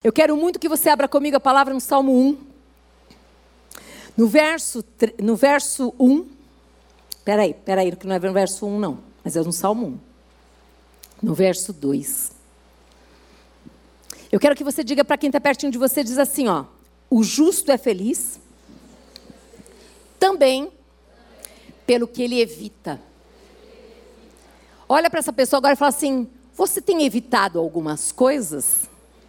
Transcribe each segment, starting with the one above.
Eu quero muito que você abra comigo a palavra no Salmo 1. No verso 1. Peraí, que não é no verso 1 não, mas é no Salmo 1. No verso 2. Eu quero que você diga para quem está pertinho de você, diz assim, ó. O justo é feliz também pelo que ele evita. Olha para essa pessoa agora e fala assim, você tem evitado algumas coisas?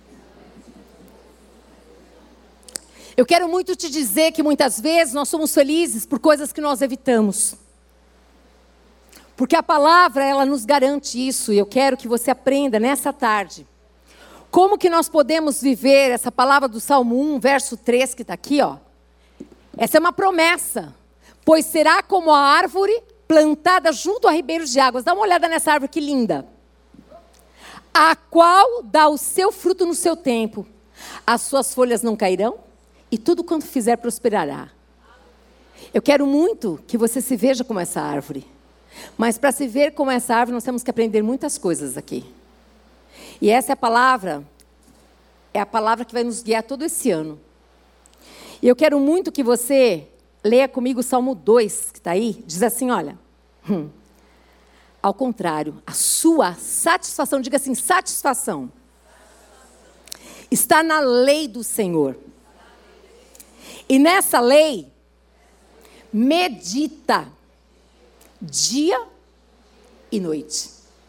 Eu quero muito te dizer que muitas vezes nós somos felizes por coisas que nós evitamos. Porque a palavra, ela nos garante isso. E eu quero que você aprenda nessa tarde. Como que nós podemos viver essa palavra do Salmo 1, verso 3, que está aqui, ó. Essa é uma promessa. Pois será como a árvore plantada junto a ribeiros de águas. Dá uma olhada nessa árvore, que linda. A qual dá o seu fruto no seu tempo. As suas folhas não cairão. E tudo quanto fizer prosperará. Eu quero muito que você se veja como essa árvore. Mas para se ver como essa árvore, nós temos que aprender muitas coisas aqui. E essa é a palavra que vai nos guiar todo esse ano. E eu quero muito que você leia comigo o Salmo 2, que está aí. Diz assim, olha. Ao contrário, a sua satisfação, diga assim, satisfação. Está na lei do Senhor. E nessa lei, medita dia e noite.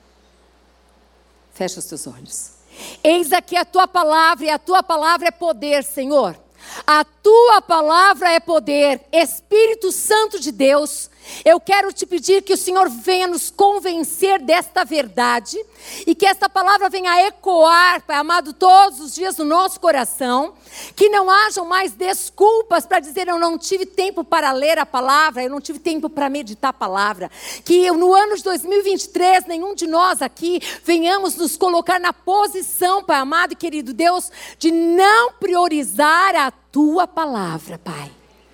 Fecha os teus olhos. Eis aqui a tua palavra, e a tua palavra é poder, Senhor. A tua palavra é poder. Espírito Santo de Deus, eu quero te pedir que o Senhor venha nos convencer desta verdade e que esta palavra venha ecoar, Pai amado, todos os dias no nosso coração. Que não hajam mais desculpas para dizer eu não tive tempo para ler a palavra, eu não tive tempo para meditar a palavra. Que no ano de 2023, nenhum de nós aqui venhamos nos colocar na posição, Pai amado e querido Deus, de não priorizar a tua palavra, Pai.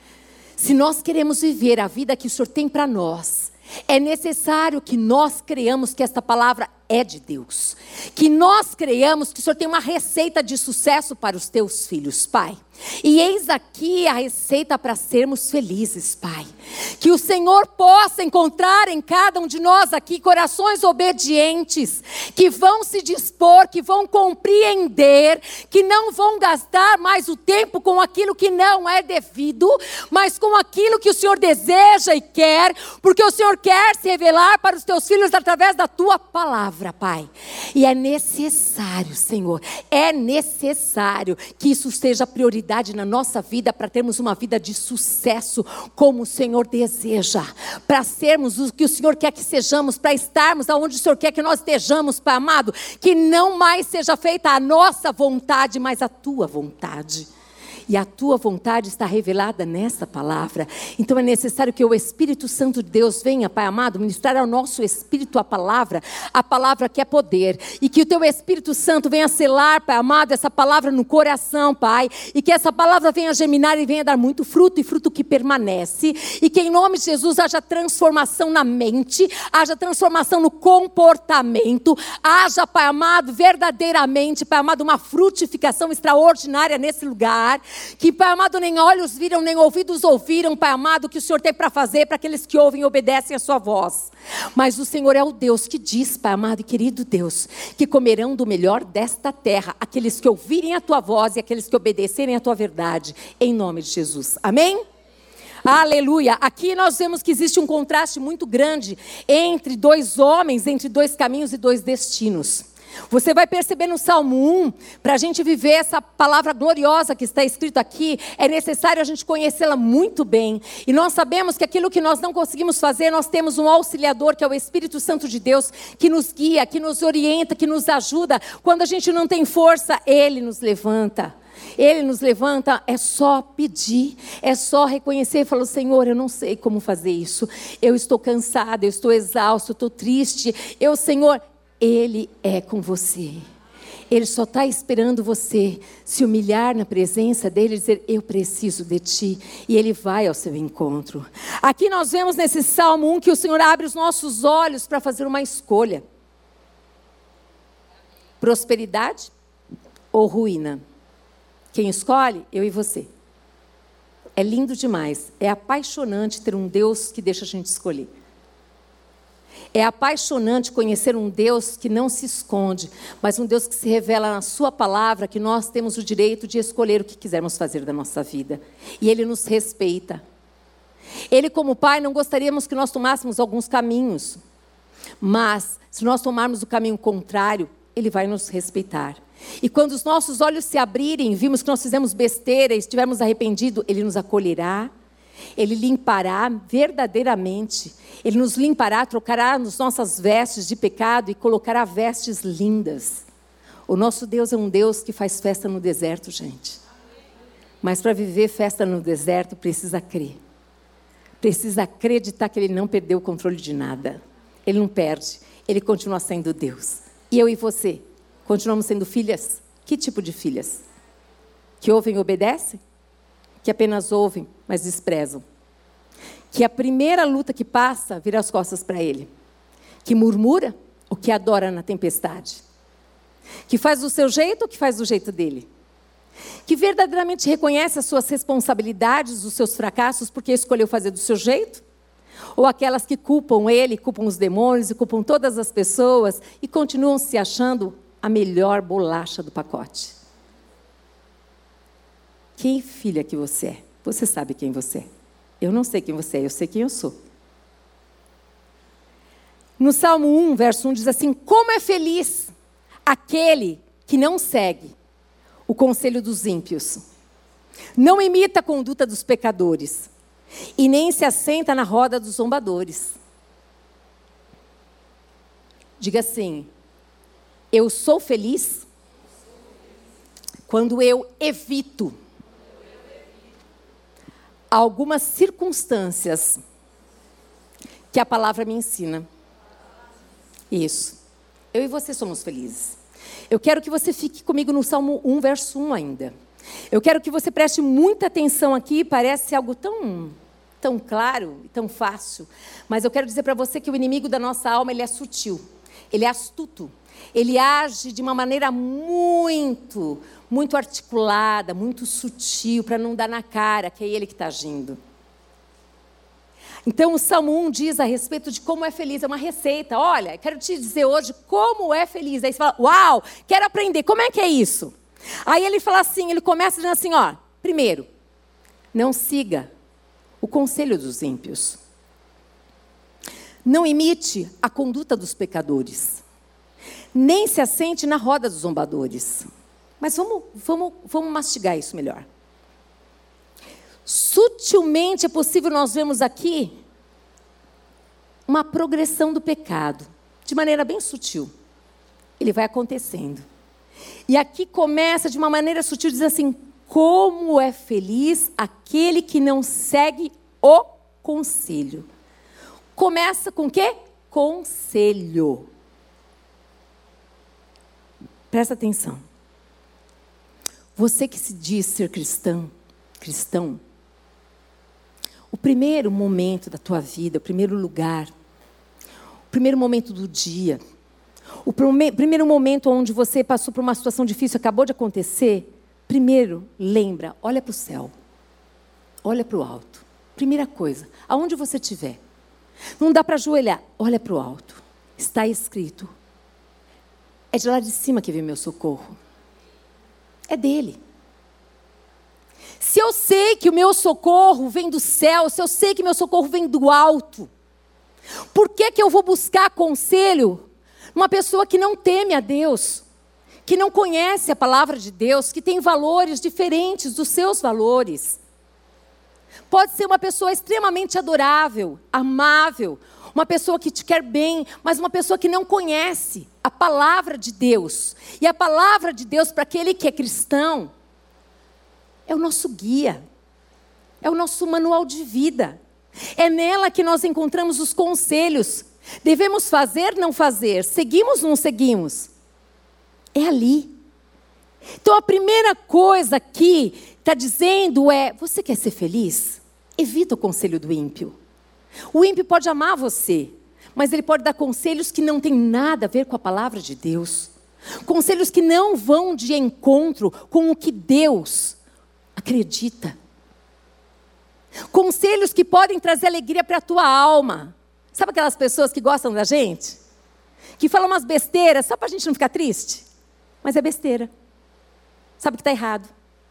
Se nós queremos viver a vida que o Senhor tem para nós, é necessário que nós creiamos que esta palavra é de Deus. Que nós creiamos que o Senhor tem uma receita de sucesso para os teus filhos, Pai. E eis aqui a receita para sermos felizes, Pai. Que o Senhor possa encontrar em cada um de nós aqui corações obedientes, que vão se dispor, que vão compreender, que não vão gastar mais o tempo com aquilo que não é devido, mas com aquilo que o Senhor deseja e quer, porque o Senhor quer se revelar para os teus filhos através da tua palavra, Pai. E é necessário, Senhor, é necessário que isso seja prioridade na nossa vida, para termos uma vida de sucesso, como o Senhor deseja, para sermos o que o Senhor quer que sejamos, para estarmos aonde o Senhor quer que nós estejamos, Pai amado, que não mais seja feita a nossa vontade, mas a tua vontade. E a tua vontade está revelada nessa palavra. Então é necessário que o Espírito Santo de Deus venha, Pai amado, ministrar ao nosso espírito a palavra que é poder. E que o teu Espírito Santo venha selar, Pai amado, essa palavra no coração, Pai. E que essa palavra venha germinar e venha dar muito fruto, e fruto que permanece. E que em nome de Jesus haja transformação na mente, haja transformação no comportamento, haja, Pai amado, verdadeiramente, Pai amado, uma frutificação extraordinária nesse lugar. Que, Pai amado, nem olhos viram, nem ouvidos ouviram, Pai amado, o que o Senhor tem para fazer para aqueles que ouvem e obedecem a sua voz. Mas o Senhor é o Deus que diz, Pai amado e querido Deus, que comerão do melhor desta terra, aqueles que ouvirem a tua voz e aqueles que obedecerem a tua verdade, em nome de Jesus. Amém? Aleluia. Aqui nós vemos que existe um contraste muito grande entre dois homens, entre dois caminhos e dois destinos. Você vai perceber no Salmo 1, para a gente viver essa palavra gloriosa que está escrita aqui, é necessário a gente conhecê-la muito bem. E nós sabemos que aquilo que nós não conseguimos fazer, nós temos um auxiliador, que é o Espírito Santo de Deus, que nos guia, que nos orienta, que nos ajuda. Quando a gente não tem força, Ele nos levanta. Ele nos levanta, é só pedir, é só reconhecer e falar, Senhor, eu não sei como fazer isso. Eu estou cansada, eu estou exausto, eu estou triste. Senhor... Ele é com você. Ele só está esperando você se humilhar na presença dele e dizer, eu preciso de ti. E ele vai ao seu encontro. Aqui nós vemos nesse Salmo 1 que o Senhor abre os nossos olhos para fazer uma escolha. Prosperidade ou ruína? Quem escolhe? Eu e você. É lindo demais. É apaixonante ter um Deus que deixa a gente escolher. É apaixonante conhecer um Deus que não se esconde, mas um Deus que se revela na sua palavra, que nós temos o direito de escolher o que quisermos fazer da nossa vida. E Ele nos respeita. Ele, como Pai, não gostaríamos que nós tomássemos alguns caminhos, mas se nós tomarmos o caminho contrário, Ele vai nos respeitar. E quando os nossos olhos se abrirem, vimos que nós fizemos besteira e estivermos arrependidos, Ele nos acolherá, Ele limpará verdadeiramente, Ele nos limpará, trocará as nossas vestes de pecado e colocará vestes lindas. O nosso Deus é um Deus que faz festa no deserto, gente. Mas para viver festa no deserto, precisa crer. Precisa acreditar que Ele não perdeu o controle de nada. Ele não perde, Ele continua sendo Deus. E eu e você, continuamos sendo filhas? Que tipo de filhas? Que ouvem e obedecem? Que apenas ouvem, mas desprezam? Que a primeira luta que passa, vira as costas para Ele? Que murmura ou que adora na tempestade? Que faz do seu jeito ou que faz do jeito dele? Que verdadeiramente reconhece as suas responsabilidades, os seus fracassos, porque escolheu fazer do seu jeito? Ou aquelas que culpam ele, culpam os demônios e culpam todas as pessoas e continuam se achando a melhor bolacha do pacote? Quem filha que você é? Você sabe quem você é. Eu não sei quem você é, eu sei quem eu sou. No Salmo 1, verso 1 diz assim: como é feliz aquele que não segue o conselho dos ímpios, não imita a conduta dos pecadores, e nem se assenta na roda dos zombadores. Diga assim: eu sou feliz quando eu evito algumas circunstâncias que a palavra me ensina. Isso. Eu e você somos felizes. Eu quero que você fique comigo no Salmo 1, verso 1 ainda. Eu quero que você preste muita atenção aqui, parece algo tão claro e tão fácil. Mas eu quero dizer para você que o inimigo da nossa alma, ele é sutil, ele é astuto. Ele age de uma maneira muito articulada, muito sutil, para não dar na cara que é ele que está agindo. Então, o Salmo 1 diz a respeito de como é feliz, é uma receita. Olha, quero te dizer hoje como é feliz. Aí você fala: uau, quero aprender, como é que é isso? Aí ele fala assim, ele começa dizendo assim, ó: primeiro, não siga o conselho dos ímpios. Não imite a conduta dos pecadores. Nem se assente na roda dos zombadores. Mas vamos mastigar isso melhor. Sutilmente é possível nós vermos aqui uma progressão do pecado, de maneira bem sutil. Ele vai acontecendo. E aqui começa de uma maneira sutil, diz assim: como é feliz aquele que não segue o conselho. Começa com o quê? Conselho. Presta atenção. Você que se diz ser cristão, o primeiro momento da tua vida, o primeiro lugar, o primeiro momento do dia, o primeiro momento onde você passou por uma situação difícil, acabou de acontecer, primeiro, lembra, olha para o céu, olha para o alto. Primeira coisa, aonde você estiver, não dá para ajoelhar, olha para o alto, está escrito: é de lá de cima que vem meu socorro. É dele. Se eu sei que o meu socorro vem do céu, se eu sei que meu socorro vem do alto, por que eu vou buscar conselho numa pessoa que não teme a Deus, que não conhece a palavra de Deus, que tem valores diferentes dos seus valores? Pode ser uma pessoa extremamente adorável, amável, uma pessoa que te quer bem, mas uma pessoa que não conhece a palavra de Deus. E a palavra de Deus, para aquele que é cristão, é o nosso guia, é o nosso manual de vida. É nela que nós encontramos os conselhos. Devemos fazer, não fazer, seguimos, não seguimos. É ali. Então a primeira coisa aqui está dizendo é: você quer ser feliz? Evita o conselho do ímpio. O ímpio pode amar você, mas ele pode dar conselhos que não têm nada a ver com a palavra de Deus. Conselhos que não vão de encontro com o que Deus acredita. Conselhos que podem trazer alegria para a tua alma. Sabe aquelas pessoas que gostam da gente? Que falam umas besteiras só para a gente não ficar triste? Mas é besteira. Sabe que está errado.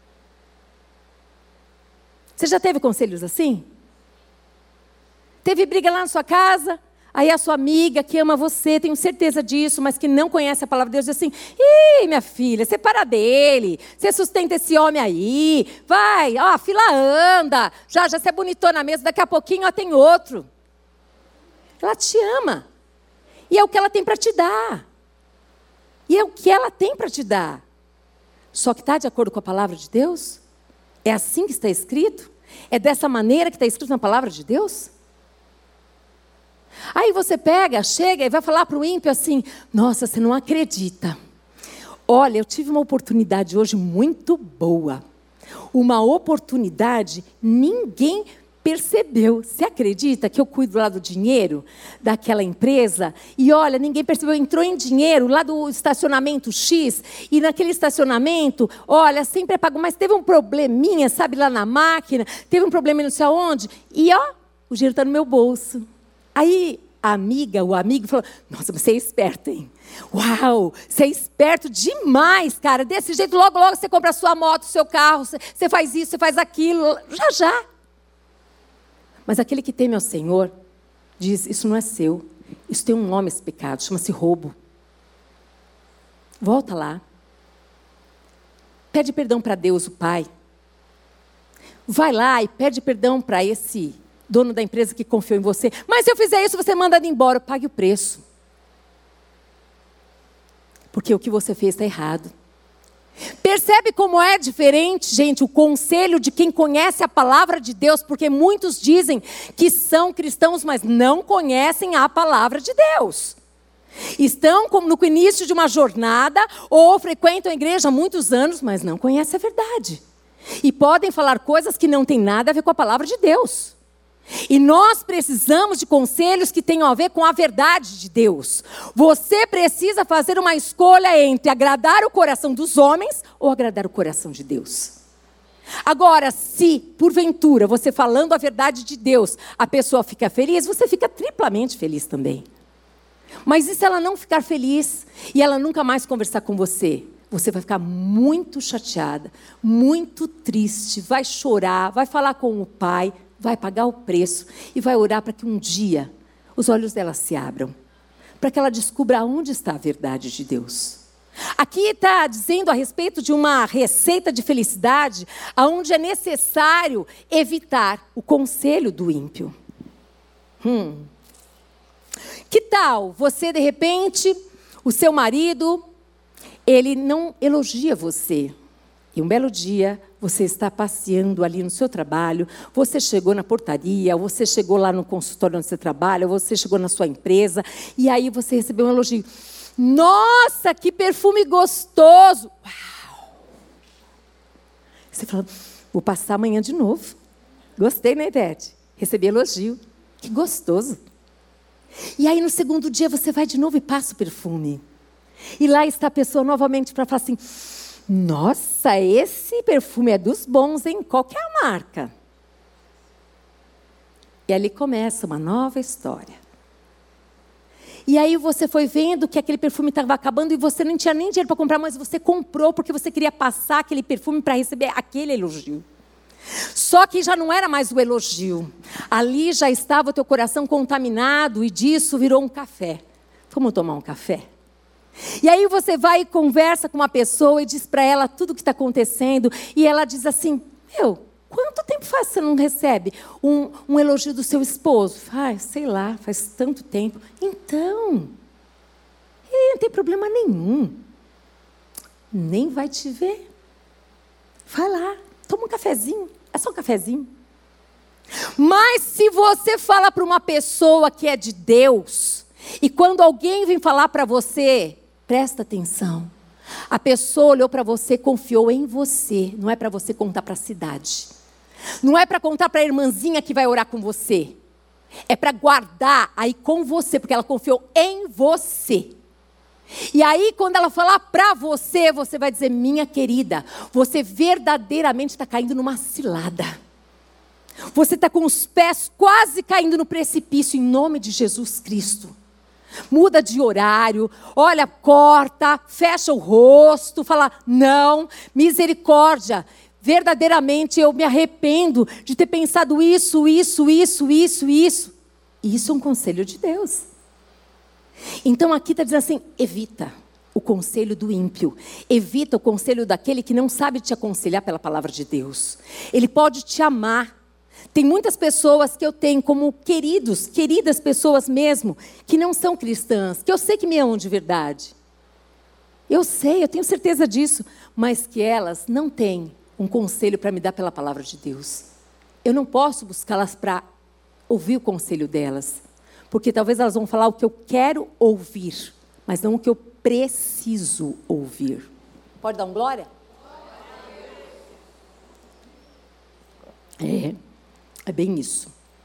Você já teve conselhos assim? Teve briga lá na sua casa? Aí a sua amiga que ama você, tenho certeza disso, mas que não conhece a palavra de Deus, diz assim: ih, minha filha, separa dele, você sustenta esse homem aí, vai, ó, a fila anda, já se abonitou na mesa, daqui a pouquinho ó, tem outro. Ela te ama, e é o que ela tem para te dar, e é o que ela tem para te dar, só que está de acordo com a palavra de Deus? É assim que está escrito? É dessa maneira que está escrito na palavra de Deus? Aí você pega, chega e vai falar para o ímpio assim: nossa, você não acredita. Olha, eu tive uma oportunidade hoje muito boa. Uma oportunidade, ninguém percebeu. Você acredita que eu cuido lá do dinheiro daquela empresa? E olha, ninguém percebeu, entrou em dinheiro lá do estacionamento X. E naquele estacionamento, olha, sempre é pago. Mas teve um probleminha, sabe, lá na máquina. Teve um problema não sei aonde. E ó, o dinheiro está no meu bolso. Aí a amiga, o amigo falou: nossa, você é esperto, hein? Uau, você é esperto demais, cara. Desse jeito, logo você compra a sua moto, o seu carro, você faz isso, você faz aquilo, já. Mas aquele que teme ao Senhor diz: isso não é seu, isso tem um nome, esse pecado, chama-se roubo. Volta lá. Pede perdão para Deus, o Pai. Vai lá e pede perdão para esse dono da empresa que confiou em você. Mas se eu fizer isso, você manda ele embora. Pague o preço. Porque o que você fez está errado. Percebe como é diferente, gente, o conselho de quem conhece a palavra de Deus? Porque muitos dizem que são cristãos, mas não conhecem a palavra de Deus. Estão como no início de uma jornada, ou frequentam a igreja há muitos anos, mas não conhecem a verdade. E podem falar coisas que não têm nada a ver com a palavra de Deus. E nós precisamos de conselhos que tenham a ver com a verdade de Deus. Você precisa fazer uma escolha entre agradar o coração dos homens ou agradar o coração de Deus. Agora, se porventura você falando a verdade de Deus, a pessoa fica feliz, você fica triplamente feliz também. Mas e se ela não ficar feliz e ela nunca mais conversar com você? Você vai ficar muito chateada, muito triste, vai chorar, vai falar com o pai, vai pagar o preço e vai orar para que um dia os olhos dela se abram, para que ela descubra onde está a verdade de Deus. Aqui está dizendo a respeito de uma receita de felicidade, onde é necessário evitar o conselho do ímpio. Que tal você, de repente, o seu marido, ele não elogia você. E um belo dia, você está passeando ali no seu trabalho, você chegou na portaria, você chegou lá no consultório onde você trabalha, você chegou na sua empresa, e aí você recebeu um elogio. Nossa, que perfume gostoso! Uau! Você fala: vou passar amanhã de novo. Gostei, né, Ivete? Recebi elogio. Que gostoso. E aí, no segundo dia, você vai de novo e passa o perfume. E lá está a pessoa novamente para falar assim: nossa, esse perfume é dos bons, hein? Qual que é a marca? E ali começa uma nova história. E aí você foi vendo que aquele perfume estava acabando e você não tinha nem dinheiro para comprar, mas você comprou porque você queria passar aquele perfume para receber aquele elogio. Só que já não era mais o elogio. Ali já estava o teu coração contaminado e disso virou um café. Vamos tomar um café? E aí você vai e conversa com uma pessoa e diz para ela tudo o que está acontecendo. E ela diz assim: quanto tempo faz que você não recebe um elogio do seu esposo? Sei lá, faz tanto tempo. Então, não tem problema nenhum. Nem vai te ver. Vai lá, toma um cafezinho. É só um cafezinho. Mas se você fala para uma pessoa que é de Deus, e quando alguém vem falar para você, presta atenção. A pessoa olhou para você, confiou em você. Não é para você contar para a cidade. Não é para contar para a irmãzinha que vai orar com você. É para guardar aí com você, porque ela confiou em você. E aí, quando ela falar para você, você vai dizer: minha querida, você verdadeiramente está caindo numa cilada. Você está com os pés quase caindo no precipício, em nome de Jesus Cristo. Muda de horário, olha, corta, fecha o rosto, fala: não, misericórdia. Verdadeiramente eu me arrependo de ter pensado isso. E isso é um conselho de Deus. Então aqui está dizendo assim: evita o conselho do ímpio. Evita o conselho daquele que não sabe te aconselhar pela palavra de Deus. Ele pode te amar. Tem muitas pessoas que eu tenho como queridas pessoas mesmo, que não são cristãs, que eu sei que me amam de verdade. Eu sei, eu tenho certeza disso, mas que elas não têm um conselho para me dar pela palavra de Deus. Eu não posso buscá-las para ouvir o conselho delas, porque talvez elas vão falar o que eu quero ouvir, mas não o que eu preciso ouvir. Pode dar um glória? É bem isso.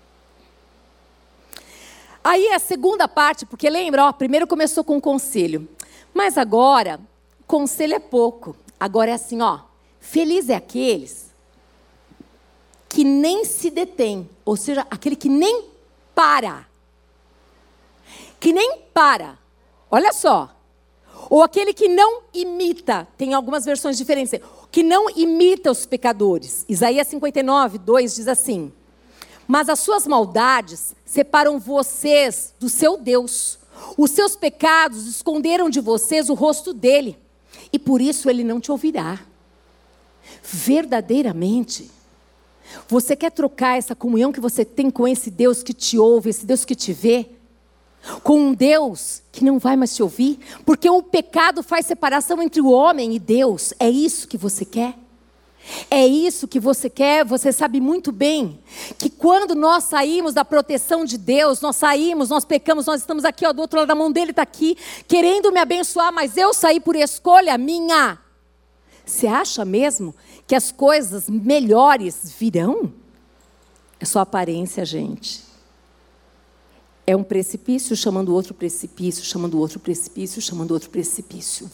Aí a segunda parte, porque lembra, primeiro começou com o conselho, mas agora, conselho é pouco. Agora é assim, feliz é aqueles que nem se detêm, ou seja, aquele que nem para. Que nem para, olha só. Ou aquele que não imita, tem algumas versões diferentes, que não imita os pecadores. Isaías 59, 2 diz assim: mas as suas maldades separam vocês do seu Deus. Os seus pecados esconderam de vocês o rosto dele, e por isso ele não te ouvirá. Verdadeiramente, você quer trocar essa comunhão que você tem com esse Deus que te ouve, esse Deus que te vê, com um Deus que não vai mais te ouvir? Porque o pecado faz separação entre o homem e Deus. É isso que você quer? É isso que você quer? Você sabe muito bem que quando nós saímos da proteção de Deus, nós pecamos, nós estamos aqui, do outro lado da mão dele está aqui, querendo me abençoar, mas eu saí por escolha minha. Você acha mesmo que as coisas melhores virão? É só aparência, gente. É um precipício chamando outro precipício, chamando outro precipício, chamando outro precipício.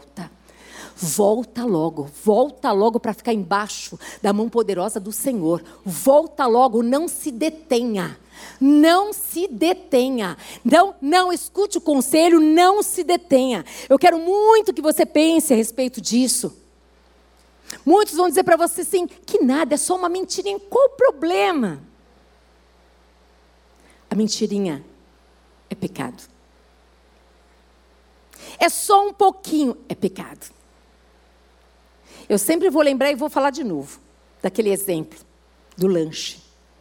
Volta logo para ficar embaixo da mão poderosa do Senhor. Volta logo, não se detenha. Não se detenha. Não escute o conselho, não se detenha. Eu quero muito que você pense a respeito disso. Muitos vão dizer para você assim, que nada, é só uma mentirinha. Qual o problema? A mentirinha é pecado. É só um pouquinho, é pecado. Eu sempre vou lembrar e vou falar de novo daquele exemplo do lanche.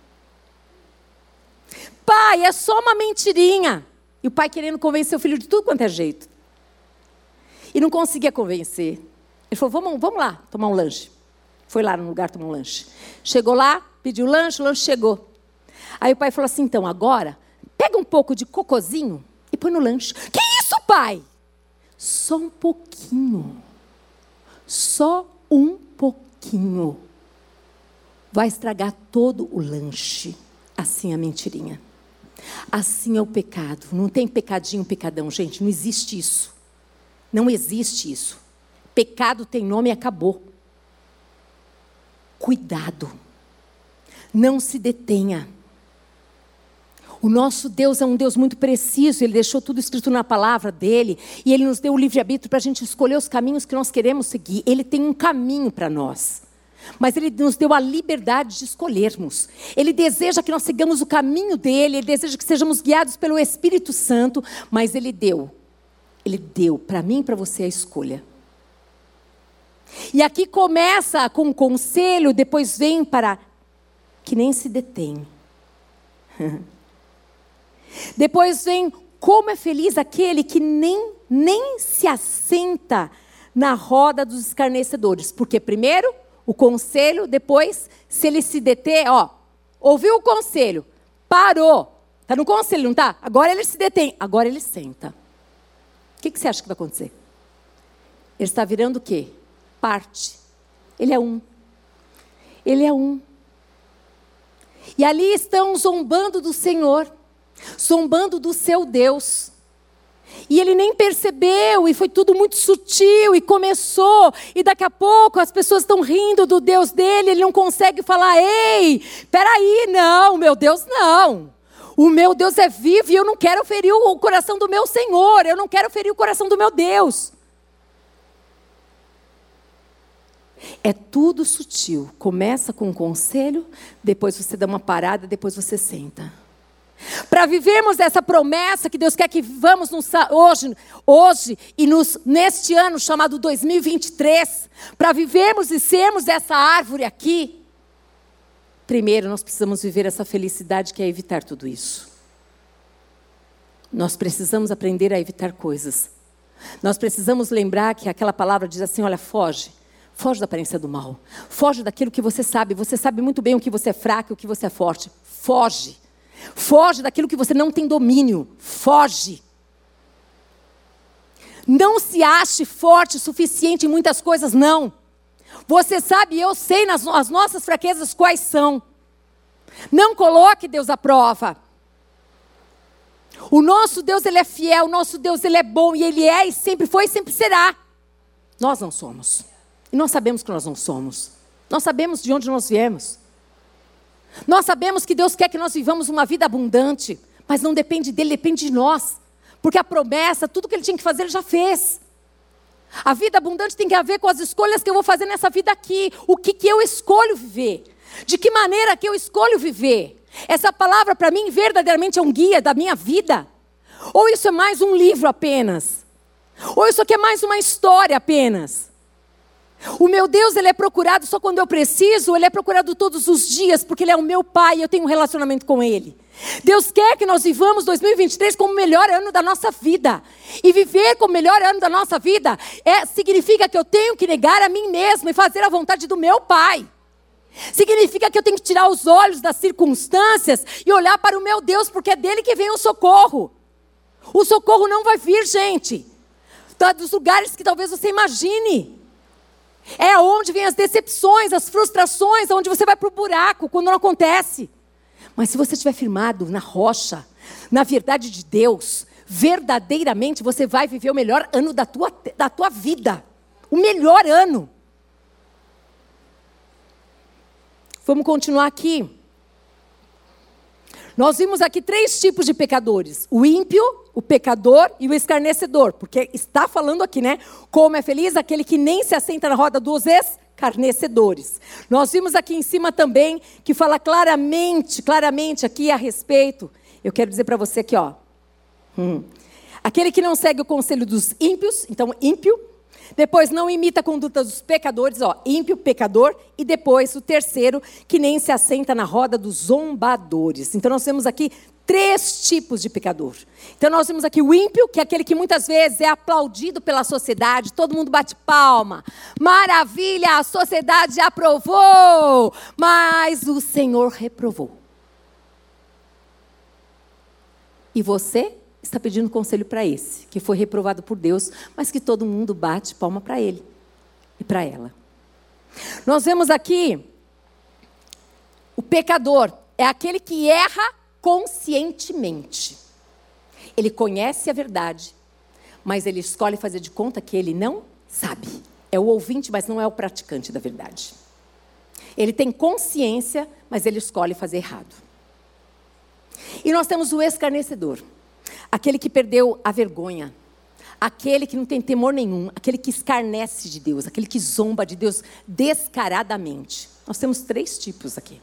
Pai, é só uma mentirinha. E o pai querendo convencer o filho de tudo quanto é jeito. E não conseguia convencer. Ele falou: vamos lá tomar um lanche. Foi lá no lugar tomar um lanche. Chegou lá, pediu o lanche chegou. Aí o pai falou assim: então agora, pega um pouco de cocôzinho e põe no lanche. Que isso, pai? Só um pouquinho. Só um pouquinho. Vai estragar todo o lanche. Assim é a mentirinha. Assim é o pecado. Não tem pecadinho, pecadão, gente. Não existe isso. Não existe isso. Pecado tem nome e acabou. Cuidado. Não se detenha. O nosso Deus é um Deus muito preciso. Ele deixou tudo escrito na palavra dele. E ele nos deu o livre-arbítrio para a gente escolher os caminhos que nós queremos seguir. Ele tem um caminho para nós. Mas ele nos deu a liberdade de escolhermos. Ele deseja que nós sigamos o caminho dele. Ele deseja que sejamos guiados pelo Espírito Santo. Mas ele deu para mim e para você a escolha. E aqui começa com um conselho, depois vem para que nem se detém. Depois vem como é feliz aquele que nem se assenta na roda dos escarnecedores. Porque primeiro o conselho, depois se ele se deter, ouviu o conselho, parou, está no conselho, não está? Agora ele se detém, agora ele senta. O que você acha que vai acontecer? Ele está virando o quê? Parte. Ele é um. Ele é um. E ali estão zombando do Senhor, zombando do seu Deus. E ele nem percebeu, e foi tudo muito sutil, e começou, e daqui a pouco as pessoas estão rindo do Deus dele, ele não consegue falar, ei, peraí, não, meu Deus não. O meu Deus é vivo e eu não quero ferir o coração do meu Senhor, eu não quero ferir o coração do meu Deus. É tudo sutil, começa com um conselho, depois você dá uma parada, depois você senta. Para vivermos essa promessa que Deus quer que vivamos hoje e neste ano chamado 2023, para vivermos e sermos essa árvore aqui, primeiro nós precisamos viver essa felicidade que é evitar tudo isso. Nós precisamos aprender a evitar coisas. Nós precisamos lembrar que aquela palavra diz assim, olha, foge da aparência do mal, foge daquilo que você sabe muito bem o que você é fraco e o que você é forte, foge daquilo que você não tem domínio, foge. Não se ache forte o suficiente em muitas coisas, não. Você sabe, eu sei as nossas fraquezas quais são. Não coloque Deus à prova. O nosso Deus, Ele é fiel, o nosso Deus, Ele é bom, e Ele é, e sempre foi, e sempre será. Nós não somos. E nós sabemos que nós não somos. Nós sabemos de onde nós viemos. Nós sabemos que Deus quer que nós vivamos uma vida abundante, mas não depende dele, depende de nós. Porque a promessa, tudo que ele tinha que fazer, ele já fez. A vida abundante tem que ver com as escolhas que eu vou fazer nessa vida aqui. O que eu escolho viver? De que maneira que eu escolho viver? Essa palavra para mim verdadeiramente é um guia da minha vida? Ou isso é mais um livro apenas? Ou isso aqui é mais uma história apenas? O meu Deus, Ele é procurado só quando eu preciso, Ele é procurado todos os dias, porque Ele é o meu Pai e eu tenho um relacionamento com Ele. Deus quer que nós vivamos 2023 como o melhor ano da nossa vida. E viver como o melhor ano da nossa vida significa que eu tenho que negar a mim mesmo e fazer a vontade do meu Pai. Significa que eu tenho que tirar os olhos das circunstâncias e olhar para o meu Deus, porque é dele que vem o socorro. O socorro não vai vir, gente, dos lugares que talvez você imagine. É onde vem as decepções, as frustrações, onde você vai para o buraco quando não acontece. Mas se você estiver firmado na rocha, na verdade de Deus, verdadeiramente você vai viver o melhor ano da tua vida. O melhor ano. Vamos continuar aqui. Nós vimos aqui 3 tipos de pecadores. O ímpio, o pecador e o escarnecedor. Porque está falando aqui, né? Como é feliz aquele que nem se assenta na roda dos escarnecedores. Nós vimos aqui em cima também que fala claramente aqui a respeito. Eu quero dizer para você aqui, ó. Aquele que não segue o conselho dos ímpios, então ímpio. Depois não imita a conduta dos pecadores, ó, ímpio, pecador. E depois o terceiro, que nem se assenta na roda dos zombadores. Então nós temos aqui 3 tipos de pecador. Então nós temos aqui o ímpio, que é aquele que muitas vezes é aplaudido pela sociedade. Todo mundo bate palma. Maravilha, a sociedade aprovou. Mas o Senhor reprovou. E você está pedindo conselho para esse, que foi reprovado por Deus, mas que todo mundo bate palma para ele e para ela. Nós vemos aqui, o pecador é aquele que erra conscientemente. Ele conhece a verdade, mas ele escolhe fazer de conta que ele não sabe. É o ouvinte, mas não é o praticante da verdade. Ele tem consciência, mas ele escolhe fazer errado. E nós temos o escarnecedor. Aquele que perdeu a vergonha, aquele que não tem temor nenhum, aquele que escarnece de Deus, aquele que zomba de Deus descaradamente. Nós temos 3 tipos aqui.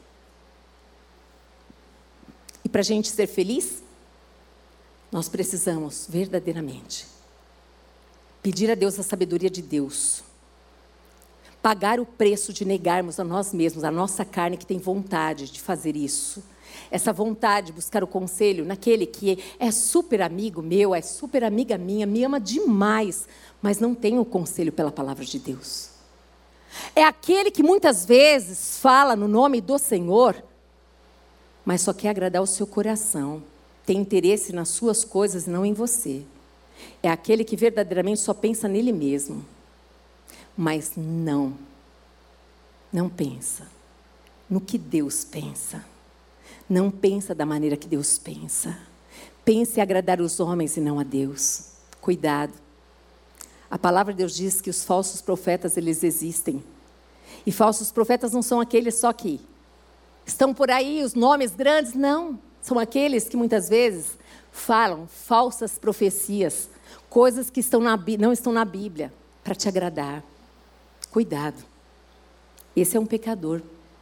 E para a gente ser feliz, nós precisamos verdadeiramente pedir a Deus a sabedoria de Deus, pagar o preço de negarmos a nós mesmos, a nossa carne que tem vontade de fazer isso. Essa vontade de buscar o conselho naquele que é super amigo meu, é super amiga minha, me ama demais, mas não tem o conselho pela palavra de Deus. É aquele que muitas vezes fala no nome do Senhor, mas só quer agradar o seu coração, tem interesse nas suas coisas e não em você. É aquele que verdadeiramente só pensa nele mesmo, mas não pensa no que Deus pensa. Não pensa da maneira que Deus pensa. Pense em agradar os homens e não a Deus. Cuidado. A palavra de Deus diz que os falsos profetas, eles existem. E falsos profetas não são aqueles só que estão por aí, os nomes grandes, não. São aqueles que muitas vezes falam falsas profecias, coisas que não estão na Bíblia, para te agradar. Cuidado. Esse é um pecador.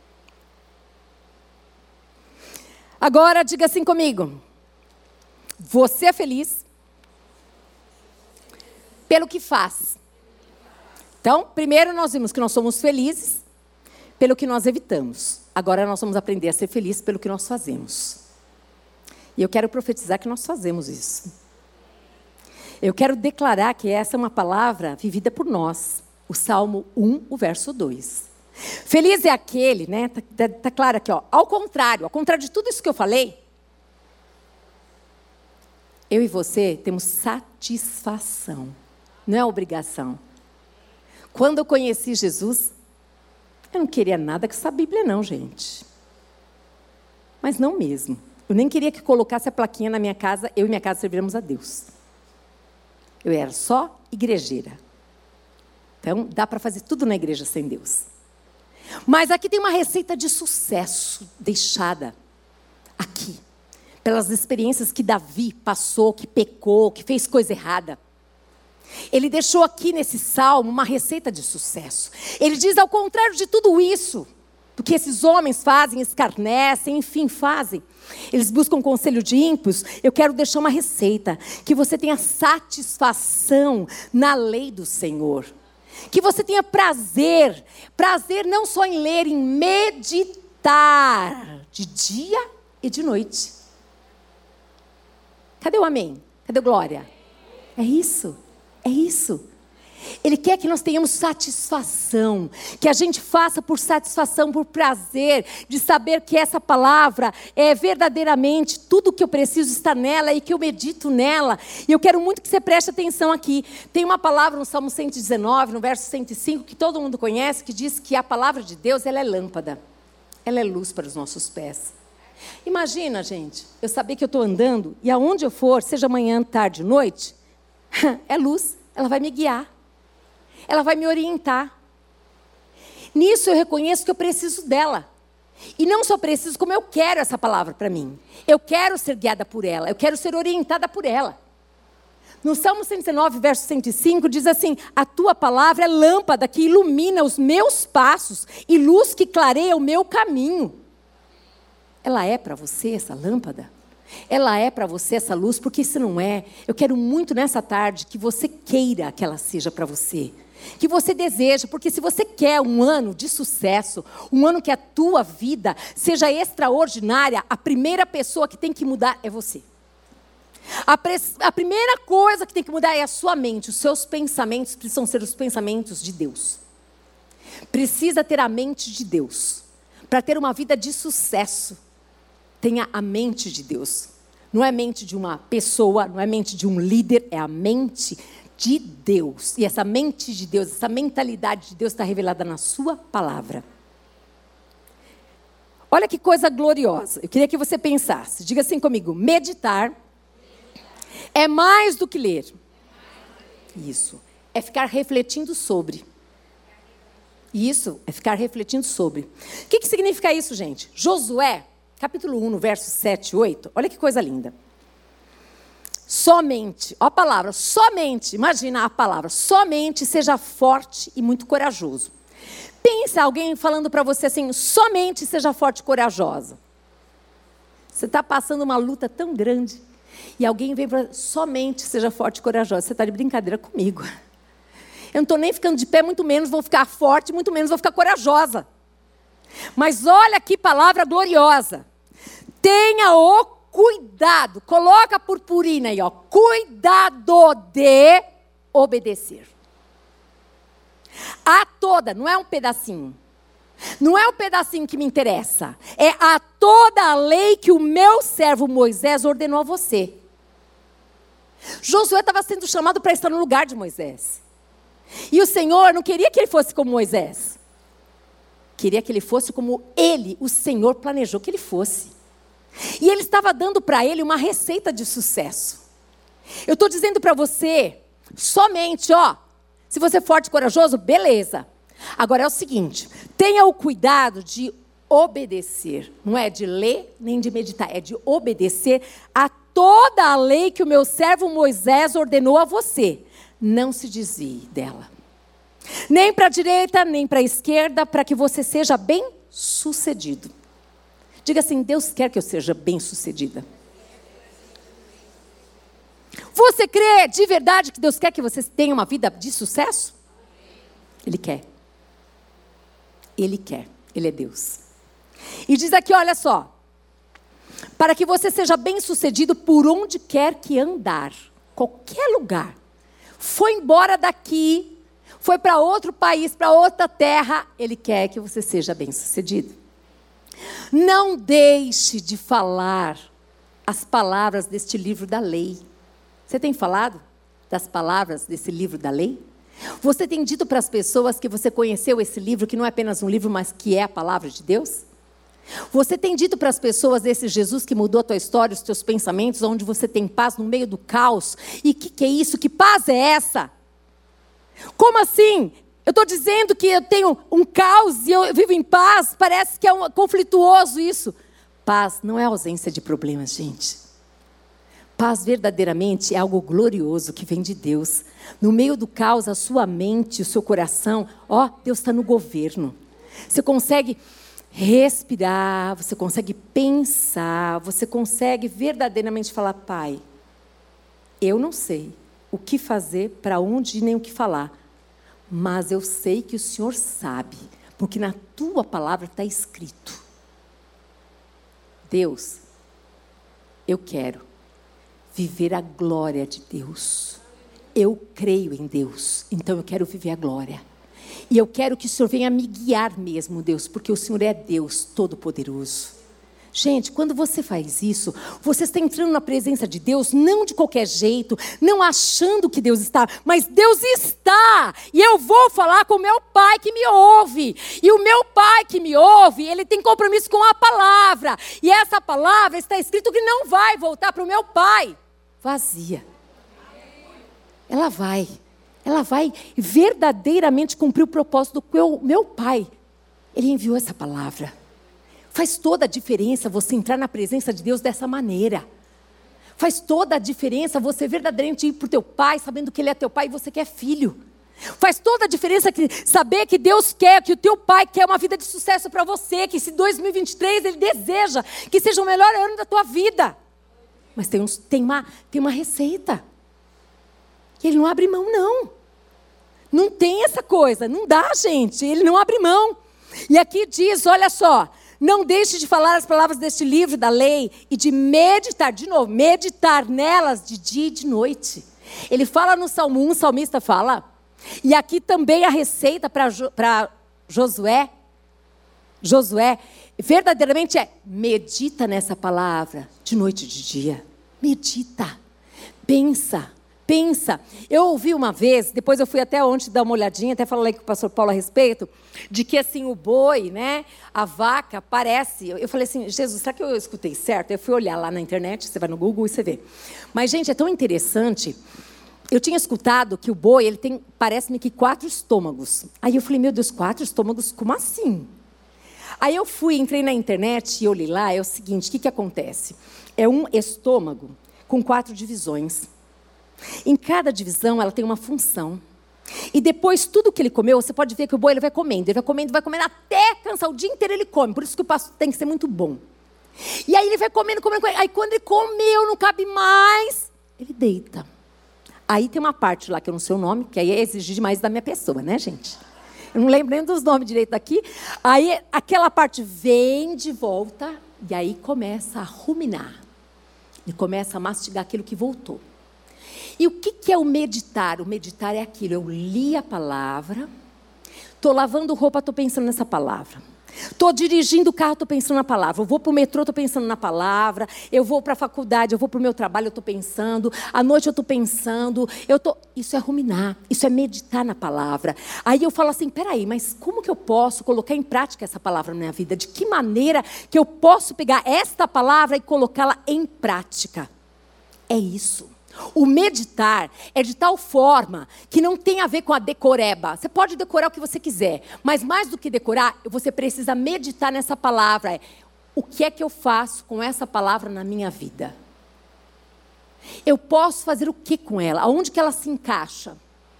Agora, diga assim comigo. Você é feliz pelo que faz. Então, primeiro nós vimos que nós somos felizes pelo que nós evitamos. Agora nós vamos aprender a ser felizes pelo que nós fazemos. E eu quero profetizar que nós fazemos isso. Eu quero declarar que essa é uma palavra vivida por nós. O Salmo 1, o verso 2. Feliz é aquele, né? Tá claro aqui, ó. Ao contrário de tudo isso que eu falei, eu e você temos satisfação, não é obrigação. Quando eu conheci Jesus, eu não queria nada com essa Bíblia não, gente. Mas não mesmo. Eu nem queria que colocasse a plaquinha na minha casa, eu e minha casa serviremos a Deus. Eu era só igrejeira. Então, dá para fazer tudo na igreja sem Deus. Mas aqui tem uma receita de sucesso deixada aqui. Pelas experiências que Davi passou, que pecou, que fez coisa errada. Ele deixou aqui nesse salmo uma receita de sucesso. Ele diz, ao contrário de tudo isso, do que esses homens fazem, escarnecem, enfim, fazem. Eles buscam conselho de ímpios. Eu quero deixar uma receita, que você tenha satisfação na lei do Senhor. Que você tenha prazer não só em ler, em meditar, de dia e de noite. Cadê o amém? Cadê o glória? É isso. Ele quer que nós tenhamos satisfação, que a gente faça por satisfação, por prazer, de saber que essa palavra é verdadeiramente tudo o que eu preciso estar nela e que eu medito nela. E eu quero muito que você preste atenção aqui. Tem uma palavra no Salmo 119, no verso 105, que todo mundo conhece, que diz que a palavra de Deus, ela é lâmpada. Ela é luz para os nossos pés. Imagina, gente, eu saber que eu estou andando e aonde eu for, seja manhã, tarde, noite, é luz, ela vai me guiar. Ela vai me orientar. Nisso eu reconheço que eu preciso dela. E não só preciso, como eu quero essa palavra para mim. Eu quero ser guiada por ela. Eu quero ser orientada por ela. No Salmo 119, verso 105, diz assim: a tua palavra é lâmpada que ilumina os meus passos e luz que clareia o meu caminho. Ela é para você essa lâmpada? Ela é para você essa luz? Porque se não é, eu quero muito nessa tarde que você queira que ela seja para você. Que você deseja, porque se você quer um ano de sucesso, um ano que a tua vida seja extraordinária, a primeira pessoa que tem que mudar é você. A primeira coisa que tem que mudar é a sua mente. Os seus pensamentos precisam ser os pensamentos de Deus. Precisa ter a mente de Deus. Para ter uma vida de sucesso, tenha a mente de Deus. Não é a mente de uma pessoa, não é a mente de um líder, é a mente de Deus. E essa mente de Deus, essa mentalidade de Deus está revelada na sua palavra. Olha que coisa gloriosa. Eu queria que você pensasse. Diga assim comigo: meditar é mais do que ler. Isso. É ficar refletindo sobre. Isso, é ficar refletindo sobre. O que significa isso, gente? Josué, capítulo 1, no verso 7 e 8. Olha que coisa linda. Somente, ó a palavra, somente, imagina a palavra, somente seja forte e muito corajoso. Pensa alguém falando para você assim, somente seja forte e corajosa. Você está passando uma luta tão grande e alguém vem para somente seja forte e corajosa. Você está de brincadeira comigo. Eu não estou nem ficando de pé, muito menos vou ficar forte, muito menos vou ficar corajosa. Mas olha que palavra gloriosa. Tenha o cuidado, coloca a purpurina aí, ó. Cuidado de obedecer. A toda, não é um pedacinho. Não é um pedacinho que me interessa. É a toda a lei que o meu servo Moisés ordenou a você. Josué estava sendo chamado para estar no lugar de Moisés. E o Senhor não queria que ele fosse como Moisés. Queria que ele fosse como ele, o Senhor, planejou que ele fosse. E ele estava dando para ele uma receita de sucesso. Eu estou dizendo para você, somente, se você é forte e corajoso, beleza. Agora é o seguinte, tenha o cuidado de obedecer. Não é de ler nem de meditar, é de obedecer a toda a lei que o meu servo Moisés ordenou a você. Não se desvie dela. Nem para a direita, nem para a esquerda, para que você seja bem-sucedido. Diga assim, Deus quer que eu seja bem-sucedida. Você crê de verdade que Deus quer que você tenha uma vida de sucesso? Ele quer. Ele quer. Ele é Deus. E diz aqui, olha só. Para que você seja bem-sucedido por onde quer que andar. Qualquer lugar. Foi embora daqui, foi para outro país, para outra terra. Ele quer que você seja bem-sucedido. Não deixe de falar as palavras deste livro da lei. Você tem falado das palavras desse livro da lei? Você tem dito para as pessoas que você conheceu esse livro, que não é apenas um livro, mas que é a palavra de Deus? Você tem dito para as pessoas desse Jesus que mudou a tua história, os teus pensamentos, onde você tem paz no meio do caos? E o que é isso? Que paz é essa? Como assim? Eu estou dizendo que eu tenho um caos e eu vivo em paz? Parece que é conflituoso isso. Paz não é ausência de problemas, gente. Paz verdadeiramente é algo glorioso que vem de Deus. No meio do caos, a sua mente, o seu coração, Deus está no governo. Você consegue respirar, você consegue pensar, você consegue verdadeiramente falar, Pai, eu não sei o que fazer, para onde ir, nem o que falar, mas eu sei que o Senhor sabe, porque na tua palavra está escrito. Deus, eu quero viver a glória de Deus. Eu creio em Deus, então eu quero viver a glória. E eu quero que o Senhor venha me guiar mesmo, Deus, porque o Senhor é Deus Todo-Poderoso. Gente, quando você faz isso, você está entrando na presença de Deus, não de qualquer jeito, não achando que Deus está, mas Deus está. E eu vou falar com o meu Pai que me ouve. E o meu Pai que me ouve, Ele tem compromisso com a palavra. E essa palavra está escrito que não vai voltar para o meu Pai vazia. Ela vai verdadeiramente cumprir o propósito que o meu Pai, Ele enviou essa palavra. Faz toda a diferença você entrar na presença de Deus dessa maneira. Faz toda a diferença você verdadeiramente ir para o teu Pai, sabendo que Ele é teu Pai e você que é filho. Faz toda a diferença saber que Deus quer, que o teu Pai quer uma vida de sucesso para você, que esse 2023 Ele deseja que seja o melhor ano da tua vida. Mas tem uma receita. E Ele não abre mão, não. Não tem essa coisa, não dá, gente. Ele não abre mão. E aqui diz, olha só, não deixe de falar as palavras deste livro da lei e de meditar, de novo, meditar nelas de dia e de noite. Ele fala no Salmo 1, o salmista fala. E aqui também a receita para Josué, verdadeiramente medita nessa palavra de noite e de dia. Medita, pensa. Eu ouvi uma vez, depois eu fui até ontem dar uma olhadinha, até falei com o pastor Paulo a respeito, de que assim o boi, né, a vaca parece, eu falei assim, Jesus, será que eu escutei certo? Eu fui olhar lá na internet, você vai no Google e você vê. Mas gente, é tão interessante, eu tinha escutado que o boi, ele tem, parece-me que 4 estômagos. Aí eu falei, meu Deus, 4 estômagos, como assim? Aí eu entrei na internet e olhei lá, é o seguinte, o que acontece? É um estômago com 4 divisões. Em cada divisão, ela tem uma função. E depois, tudo que ele comeu, você pode ver que o boi ele vai comendo até cansar. O dia inteiro ele come, por isso que o pasto tem que ser muito bom. E aí ele vai comendo. Aí quando ele comeu, não cabe mais, ele deita. Aí tem uma parte lá que eu não sei o nome, que aí é exigir demais da minha pessoa, né, gente? Eu não lembro nem dos nomes direito daqui. Aí aquela parte vem de volta e aí começa a ruminar. E começa a mastigar aquilo que voltou. E o que é o meditar? O meditar é aquilo, eu li a palavra, estou lavando roupa, estou pensando nessa palavra. Estou dirigindo o carro, estou pensando na palavra. Eu vou para o metrô, estou pensando na palavra. Eu vou para a faculdade, eu vou para o meu trabalho, eu estou pensando. À noite eu estou pensando. Isso é ruminar, isso é meditar na palavra. Aí eu falo assim, peraí, mas como que eu posso colocar em prática essa palavra na minha vida? De que maneira que eu posso pegar esta palavra e colocá-la em prática? É isso. O meditar é de tal forma que não tem a ver com a decoreba. Você pode decorar o que você quiser, mas mais do que decorar, você precisa meditar nessa palavra. O que é que eu faço com essa palavra na minha vida? Eu posso fazer o que com ela? Aonde que ela se encaixa?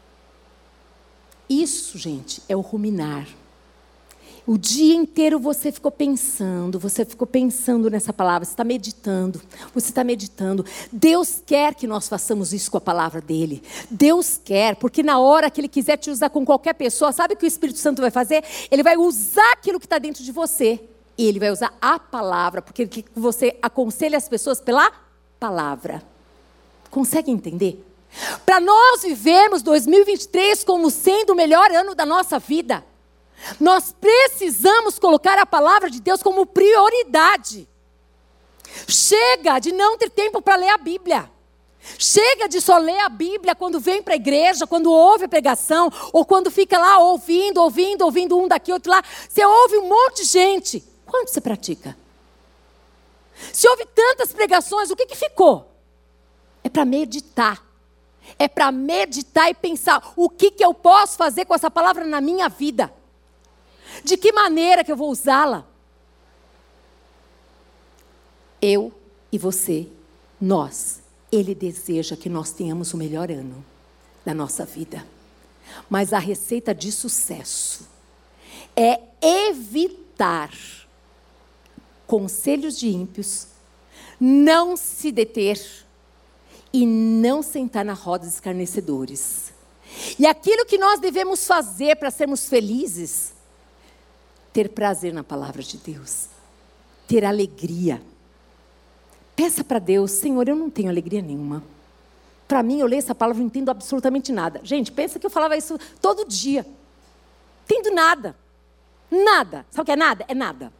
Isso, gente, é o ruminar. O dia inteiro você ficou pensando nessa palavra, você está meditando. Deus quer que nós façamos isso com a palavra dele. Deus quer, porque na hora que ele quiser te usar com qualquer pessoa, sabe o que o Espírito Santo vai fazer? Ele vai usar aquilo que está dentro de você. E ele vai usar a palavra, porque você aconselha as pessoas pela palavra. Consegue entender? Para nós vivermos 2023 como sendo o melhor ano da nossa vida, nós precisamos colocar a palavra de Deus como prioridade. Chega de não ter tempo para ler a Bíblia. Chega de só ler a Bíblia quando vem para a igreja, quando ouve a pregação, ou quando fica lá ouvindo um daqui, outro lá. Você ouve um monte de gente. Quanto você pratica? Se houve tantas pregações, o que ficou? É para meditar. É para meditar e pensar, o que eu posso fazer com essa palavra na minha vida? De que maneira que eu vou usá-la? Eu e você, nós. Ele deseja que nós tenhamos o melhor ano da nossa vida. Mas a receita de sucesso é evitar conselhos de ímpios, não se deter e não sentar na roda dos escarnecedores. E aquilo que nós devemos fazer para sermos felizes, ter prazer na palavra de Deus, ter alegria. Peça para Deus, Senhor, eu não tenho alegria nenhuma. Para mim, eu leio essa palavra e não entendo absolutamente nada. Gente, pensa que eu falava isso todo dia. Entendo nada. Nada. Sabe o que é nada? É nada.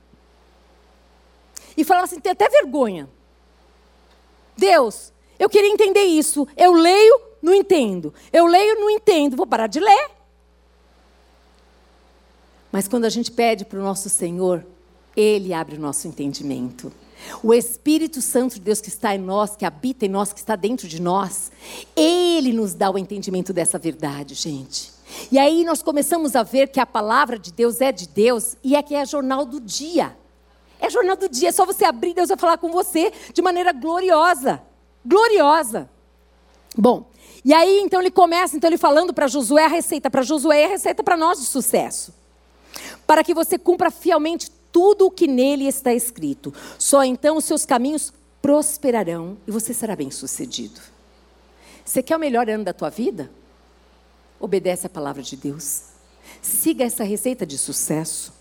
E falava assim, tem até vergonha. Deus, eu queria entender isso. Eu leio, não entendo. Eu leio, não entendo. Vou parar de ler. Mas quando a gente pede para o nosso Senhor, Ele abre o nosso entendimento. O Espírito Santo de Deus que está em nós, que habita em nós, que está dentro de nós, Ele nos dá o entendimento dessa verdade, gente. E aí nós começamos a ver que a palavra de Deus é de Deus e é que é jornal do dia. É jornal do dia, é só você abrir, Deus vai falar com você de maneira gloriosa. Gloriosa. Bom, e aí então ele começa, ele falando para Josué a receita. Para Josué é a receita para nós de sucesso. Para que você cumpra fielmente tudo o que nele está escrito. Só então os seus caminhos prosperarão e você será bem-sucedido. Você quer o melhor ano da tua vida? Obedece a palavra de Deus. Siga essa receita de sucesso.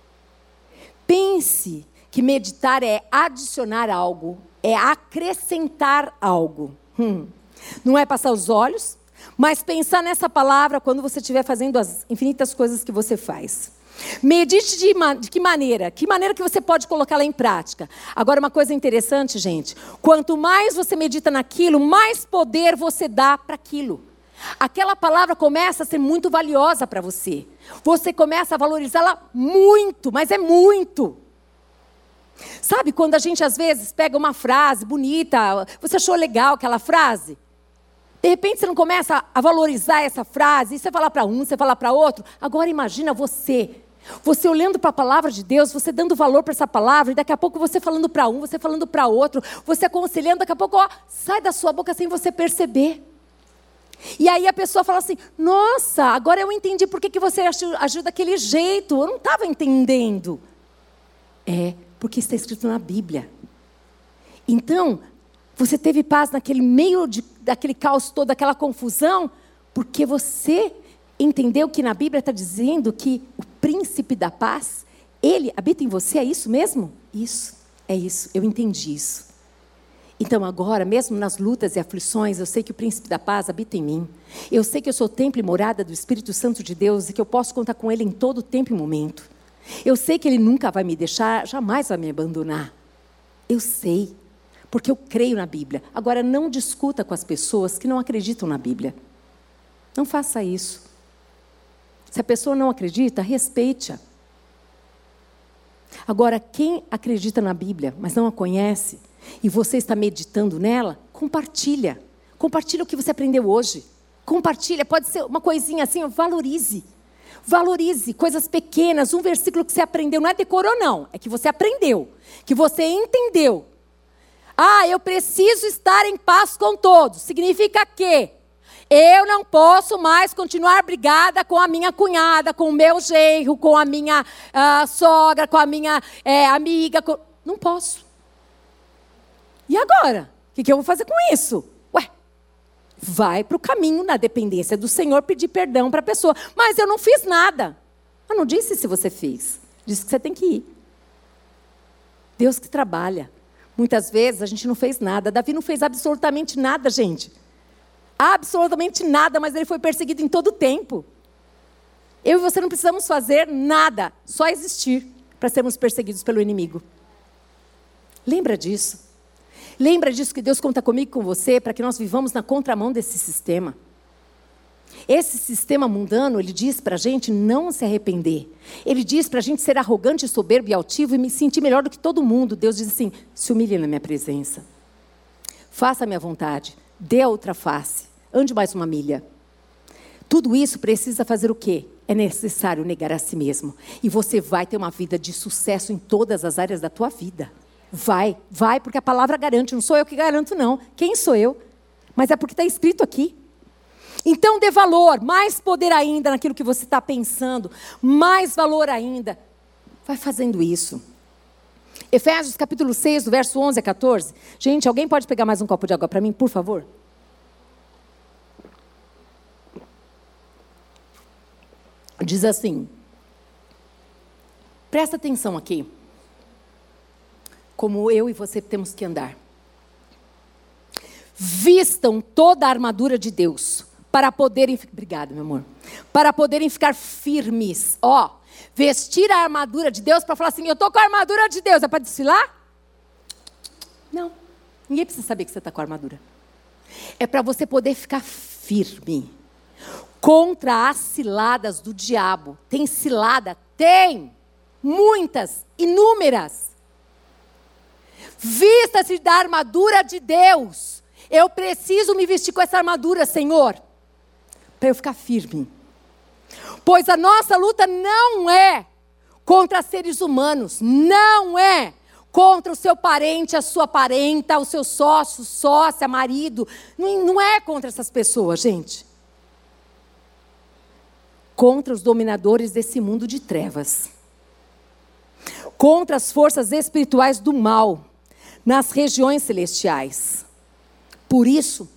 Pense que meditar é adicionar algo, é acrescentar algo. Não é passar os olhos, mas pensar nessa palavra quando você estiver fazendo as infinitas coisas que você faz. Medite de que maneira? Que maneira que você pode colocá-la em prática? Agora, uma coisa interessante, gente. Quanto mais você medita naquilo, mais poder você dá para aquilo. Aquela palavra começa a ser muito valiosa para você. Você começa a valorizá-la muito, mas é muito. Sabe quando a gente às vezes pega uma frase bonita, você achou legal aquela frase? De repente você não começa a valorizar essa frase, e você fala para um, você fala para outro. Agora imagina você olhando para a palavra de Deus, você dando valor para essa palavra, e daqui a pouco você falando para um, você falando para outro, você aconselhando, daqui a pouco sai da sua boca sem você perceber. E aí a pessoa fala assim, nossa, agora eu entendi por que você agiu daquele jeito, eu não estava entendendo. É, porque está escrito na Bíblia. Então, você teve paz naquele meio daquele caos todo, daquela confusão, porque você entendeu que na Bíblia está dizendo que o príncipe da paz, ele habita em você, é isso mesmo? Isso, é isso, eu entendi isso. Então agora, mesmo nas lutas e aflições, eu sei que o príncipe da paz habita em mim. Eu sei que eu sou templo e morada do Espírito Santo de Deus e que eu posso contar com Ele em todo tempo e momento. Eu sei que Ele nunca vai me deixar, jamais vai me abandonar. Eu sei, porque eu creio na Bíblia. Agora, não discuta com as pessoas que não acreditam na Bíblia. Não faça isso. Se a pessoa não acredita, respeite-a. Agora, quem acredita na Bíblia, mas não a conhece, e você está meditando nela, compartilha Compartilha o que você aprendeu hoje. Compartilha, pode ser uma coisinha assim, valorize. Valorize coisas pequenas, um versículo que você aprendeu, não é decorou não, é que você aprendeu, que você entendeu. Eu preciso estar em paz com todos, significa que eu não posso mais continuar brigada com a minha cunhada, com o meu genro, com a minha sogra, com a minha amiga. Não posso. E agora? O que eu vou fazer com isso? Vai para o caminho, na dependência do Senhor, pedir perdão para a pessoa. Mas eu não fiz nada. Eu não disse se você fez. Disse que você tem que ir. Deus que trabalha. Muitas vezes a gente não fez nada. Davi não fez absolutamente nada, gente. Absolutamente nada, mas ele foi perseguido em todo o tempo. Eu e você não precisamos fazer nada, só existir para sermos perseguidos pelo inimigo. Lembra disso? Lembra disso que Deus conta comigo e com você para que nós vivamos na contramão desse sistema. Esse sistema mundano, ele diz para a gente não se arrepender. Ele diz para a gente ser arrogante, soberbo e altivo e me sentir melhor do que todo mundo. Deus diz assim, se humilhe na minha presença. Faça a minha vontade. Dê a outra face. Ande mais uma milha. Tudo isso precisa fazer o quê? É necessário negar a si mesmo. E você vai ter uma vida de sucesso em todas as áreas da tua vida. Vai, porque a palavra garante. Não sou eu que garanto, não. Quem sou eu? Mas é porque está escrito aqui. Então dê valor, mais poder ainda naquilo que você está pensando. Mais valor ainda. Vai fazendo isso. Efésios capítulo 6, do verso 11 a 14. Gente, alguém pode pegar mais um copo de água para mim, por favor? Diz assim. Presta atenção aqui. Como eu e você temos que andar. Vistam toda a armadura de Deus para poderem... Obrigada, meu amor. Para poderem ficar firmes. Vestir a armadura de Deus para falar assim, eu estou com a armadura de Deus. É para desfilar? Não. Ninguém precisa saber que você está com a armadura. É para você poder ficar firme. Contra as ciladas do diabo. Tem cilada? Tem. Muitas. Inúmeras. Vista-se da armadura de Deus. Eu preciso me vestir com essa armadura, Senhor, para eu ficar firme. Pois a nossa luta não é contra seres humanos, não é contra o seu parente, a sua parenta, o seu sócio, sócia, marido. Não é contra essas pessoas, gente. Contra os dominadores desse mundo de trevas. Contra as forças espirituais do mal nas regiões celestiais. Por isso,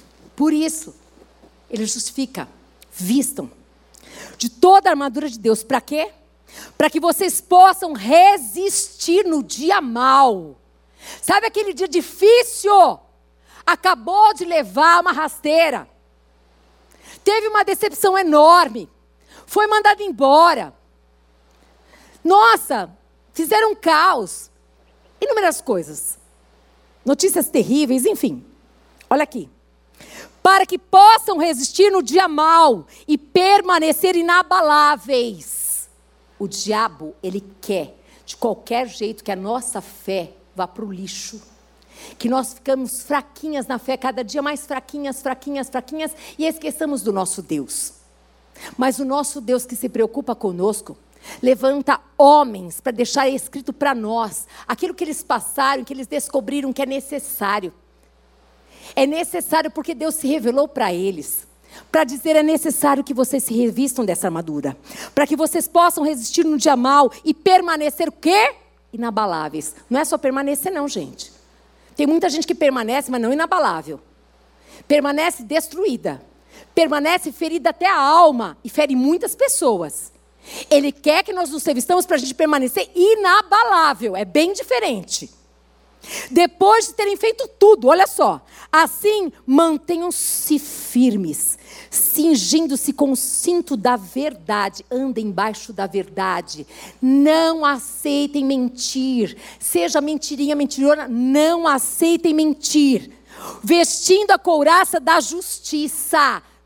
ele justifica, vistam de toda a armadura de Deus. Para quê? Para que vocês possam resistir no dia mau. Sabe aquele dia difícil? Acabou de levar uma rasteira. Teve uma decepção enorme. Foi mandado embora. Nossa, fizeram um caos. Inúmeras coisas. Notícias terríveis, enfim. Olha aqui. Para que possam resistir no dia mau e permanecer inabaláveis. O diabo, ele quer, de qualquer jeito, que a nossa fé vá para o lixo. Que nós ficamos fraquinhas na fé, cada dia mais fraquinhas, e esqueçamos do nosso Deus. Mas o nosso Deus que se preocupa conosco, levanta homens para deixar escrito para nós aquilo que eles passaram, que eles descobriram que é necessário. É necessário porque Deus se revelou para eles. Para dizer, é necessário que vocês se revistam dessa armadura. Para que vocês possam resistir no dia mau e permanecer o quê? Inabaláveis. Não é só permanecer não, gente. Tem muita gente que permanece, mas não inabalável. Permanece destruída. Permanece ferida até a alma e fere muitas pessoas. Ele quer que nós nos revistamos para a gente permanecer inabalável. É bem diferente. Depois de terem feito tudo, olha só. Assim, mantenham-se firmes, cingindo-se com o cinto da verdade. Andem embaixo da verdade. Não aceitem mentir. Seja mentirinha, mentirona, não aceitem mentir. Vestindo a couraça da justiça.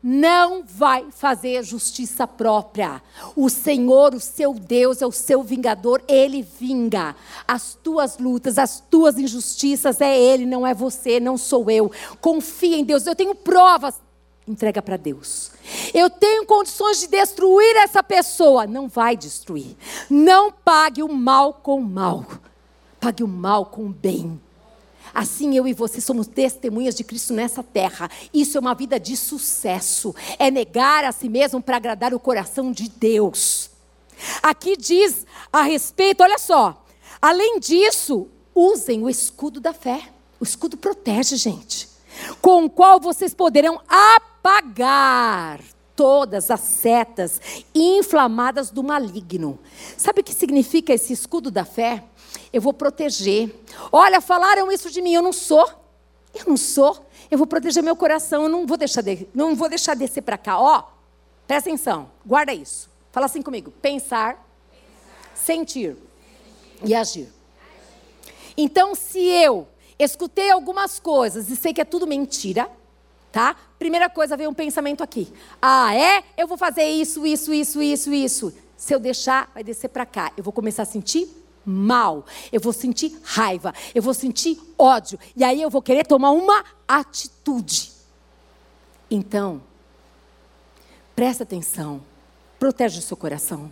não vai fazer justiça própria. O Senhor, o seu Deus, é o seu vingador. Ele vinga as tuas lutas, as tuas injustiças. É Ele, não é você, não sou eu. Confia em Deus. Eu tenho provas. Entrega para Deus. Eu tenho condições de destruir essa pessoa. Não vai destruir. Não pague o mal com o mal. Pague o mal com o bem. Assim eu e você somos testemunhas de Cristo nessa terra. Isso é uma vida de sucesso. É negar a si mesmo para agradar o coração de Deus. Aqui diz a respeito, olha só. Além disso, usem o escudo da fé. O escudo protege, gente. Com o qual vocês poderão apagar todas as setas inflamadas do maligno. Sabe o que significa esse escudo da fé? Eu vou proteger. Olha, falaram isso de mim, eu não sou. Eu vou proteger meu coração, eu não vou deixar descer para cá. Ó, presta atenção, guarda isso. Fala assim comigo, pensar, sentir e agir. Então, se eu escutei algumas coisas e sei que é tudo mentira, tá? Primeira coisa, veio um pensamento aqui. Eu vou fazer isso. Se eu deixar, vai descer para cá. Eu vou começar a sentir mal, eu vou sentir raiva, eu vou sentir ódio, e aí eu vou querer tomar uma atitude. Então, presta atenção, protege o seu coração.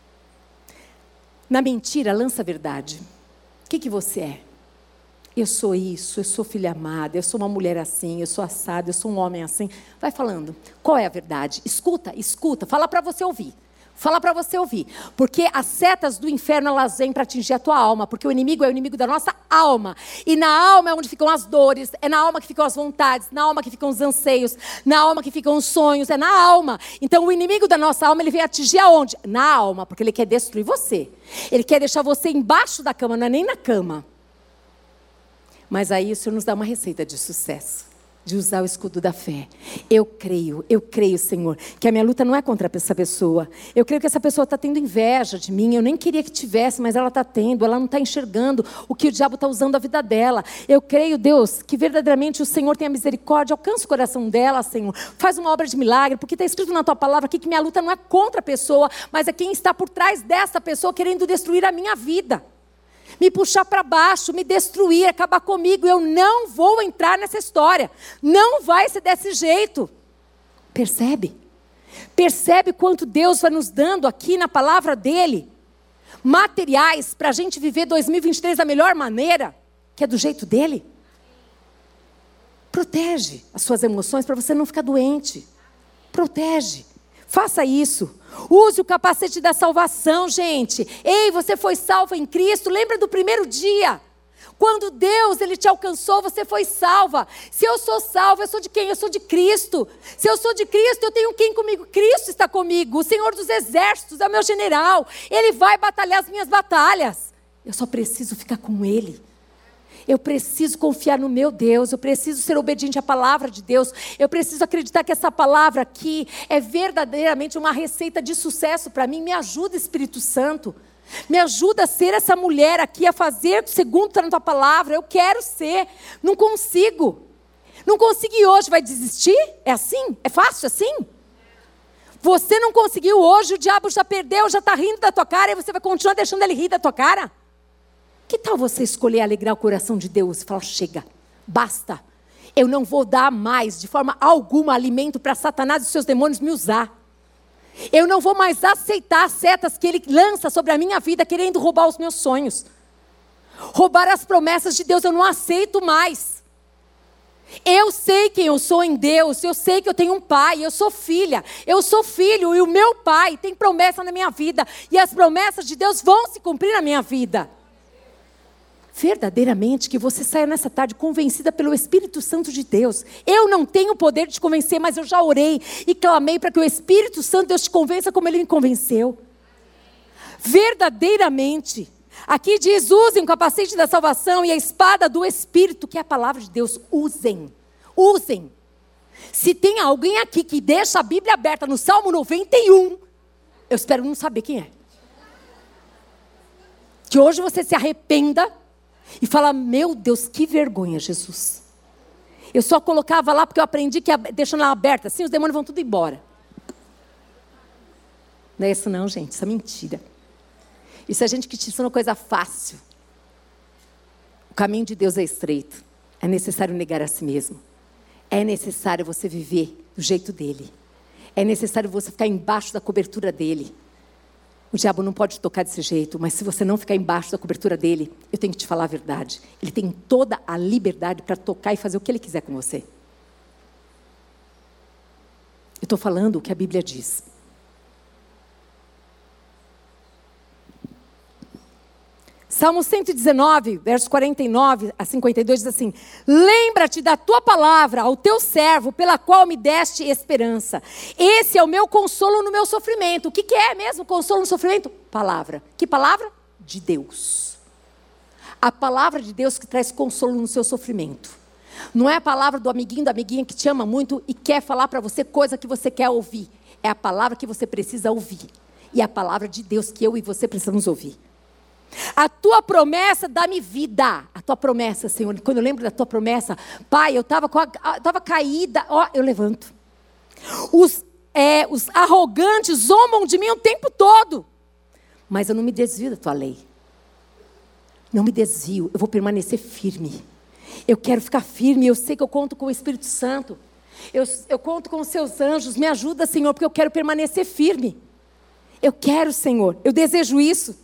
Na mentira, lança a verdade. O que você é? Eu sou isso, eu sou filha amada, eu sou uma mulher assim, eu sou assada, eu sou um homem assim. Vai falando, qual é a verdade? Escuta, fala para você ouvir. Porque as setas do inferno, elas vêm para atingir a tua alma, porque o inimigo é o inimigo da nossa alma, e na alma é onde ficam as dores, é na alma que ficam as vontades, na alma que ficam os anseios, na alma que ficam os sonhos, é na alma. Então o inimigo da nossa alma, ele vem atingir aonde? Na alma, porque ele quer destruir você, ele quer deixar você embaixo da cama, não é nem na cama. Mas aí o Senhor nos dá uma receita de sucesso, de usar o escudo da fé. Eu creio, Senhor, que a minha luta não é contra essa pessoa. Eu creio que essa pessoa está tendo inveja de mim. Eu nem queria que tivesse, mas ela está tendo. Ela não está enxergando o que o diabo está usando a vida dela. Eu creio, Deus, que verdadeiramente o Senhor tem a misericórdia. Alcança o coração dela, Senhor. Faz uma obra de milagre, porque está escrito na tua palavra aqui que minha luta não é contra a pessoa, mas é quem está por trás dessa pessoa querendo destruir a minha vida. Me puxar para baixo, me destruir, acabar comigo. Eu não vou entrar nessa história. Não vai ser desse jeito. Percebe? Percebe quanto Deus vai nos dando aqui na palavra dEle? Materiais para a gente viver 2023 da melhor maneira, que é do jeito dEle. Protege as suas emoções para você não ficar doente. Protege. Faça isso. Use o capacete da salvação, gente. Ei, você foi salvo em Cristo. Lembra do primeiro dia? Quando Deus, Ele te alcançou, você foi salva. Se eu sou salva, eu sou de quem? Eu sou de Cristo. Se eu sou de Cristo, eu tenho quem comigo? Cristo está comigo. O Senhor dos Exércitos é o meu general. Ele vai batalhar as minhas batalhas. Eu só preciso ficar com Ele. Eu preciso confiar no meu Deus, eu preciso ser obediente à palavra de Deus, eu preciso acreditar que essa palavra aqui é verdadeiramente uma receita de sucesso para mim. Me ajuda, Espírito Santo, me ajuda a ser essa mulher aqui, a fazer segundo está na tua palavra. Eu quero ser, não consigo e hoje vai desistir? É assim? É fácil assim? Você não conseguiu hoje, o diabo já perdeu, já está rindo da tua cara, e você vai continuar deixando ele rir da tua cara? Que tal você escolher alegrar o coração de Deus e falar, chega, basta. Eu não vou dar mais, de forma alguma, alimento para Satanás e seus demônios me usar. Eu não vou mais aceitar as setas que ele lança sobre a minha vida, querendo roubar os meus sonhos. Roubar as promessas de Deus, eu não aceito mais. Eu sei quem eu sou em Deus, eu sei que eu tenho um pai, eu sou filha, eu sou filho, e o meu pai tem promessa na minha vida, e as promessas de Deus vão se cumprir na minha vida. Verdadeiramente que você saia nessa tarde convencida pelo Espírito Santo de Deus. Eu não tenho o poder de te convencer, mas eu já orei e clamei para que o Espírito Santo Deus te convença como Ele me convenceu. Verdadeiramente. Aqui diz, usem o capacete da salvação e a espada do Espírito, que é a palavra de Deus. Usem. Se tem alguém aqui que deixa a Bíblia aberta no Salmo 91, eu espero não saber quem é. Que hoje você se arrependa e fala, meu Deus, que vergonha, Jesus. Eu só colocava lá porque eu aprendi que deixando ela aberta, assim os demônios vão tudo embora. Não é isso não, gente, isso é mentira. Isso é gente que te ensina coisa fácil. O caminho de Deus é estreito. É necessário negar a si mesmo. É necessário você viver do jeito dele. É necessário você ficar embaixo da cobertura dele. O diabo não pode tocar desse jeito, mas se você não ficar embaixo da cobertura dele, eu tenho que te falar a verdade. Ele tem toda a liberdade para tocar e fazer o que ele quiser com você. Eu estou falando o que a Bíblia diz. Salmo 119, versos 49 a 52, diz assim: lembra-te da tua palavra ao teu servo, pela qual me deste esperança. Esse é o meu consolo no meu sofrimento. O que é mesmo consolo no sofrimento? Palavra. Que palavra? De Deus. A palavra de Deus que traz consolo no seu sofrimento. Não é a palavra do amiguinho, da amiguinha que te ama muito e quer falar para você coisa que você quer ouvir. É a palavra que você precisa ouvir. E é a palavra de Deus que eu e você precisamos ouvir. A tua promessa dá-me vida. A tua promessa, Senhor. Quando eu lembro da tua promessa, Pai, eu estava caída. Ó, eu levanto. Os arrogantes zombam de mim o tempo todo. Mas eu não me desvio da tua lei. Não me desvio. Eu vou permanecer firme. Eu quero ficar firme. Eu sei que eu conto com o Espírito Santo. Eu conto com os seus anjos. Me ajuda, Senhor, porque eu quero permanecer firme. Eu quero, Senhor. Eu desejo isso.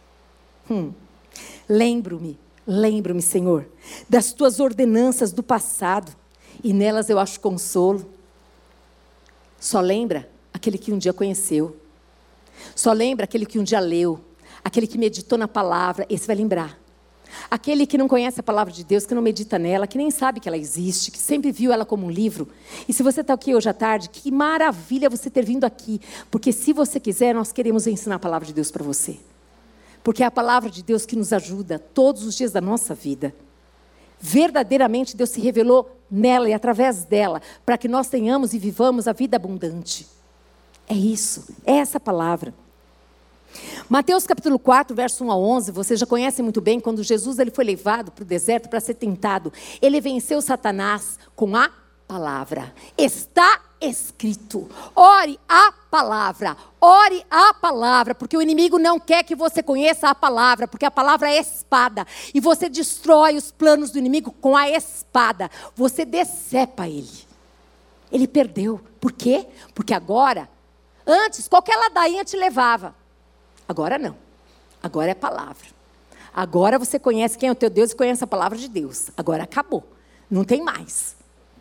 Lembro-me, Senhor, das tuas ordenanças do passado, e nelas eu acho consolo. Só lembra aquele que um dia conheceu, só lembra aquele que um dia leu, aquele que meditou na palavra, esse vai lembrar. Aquele que não conhece a palavra de Deus, que não medita nela, que nem sabe que ela existe, que sempre viu ela como um livro. E se você está aqui hoje à tarde, que maravilha você ter vindo aqui, porque se você quiser, nós queremos ensinar a palavra de Deus para você. Porque é a palavra de Deus que nos ajuda todos os dias da nossa vida. Verdadeiramente Deus se revelou nela e através dela, para que nós tenhamos e vivamos a vida abundante. É isso, é essa palavra. Mateus capítulo 4, verso 1 a 11, você já conhece muito bem, quando Jesus ele foi levado para o deserto para ser tentado, ele venceu Satanás com a palavra. Está escrito. Ore a palavra, porque o inimigo não quer que você conheça a palavra, porque a palavra é espada, e você destrói os planos do inimigo com a espada, você decepa ele. Ele perdeu. Por quê? Porque agora, antes qualquer ladainha te levava, agora não, agora é palavra. Agora você conhece quem é o teu Deus e conhece a palavra de Deus. Agora acabou, não tem mais.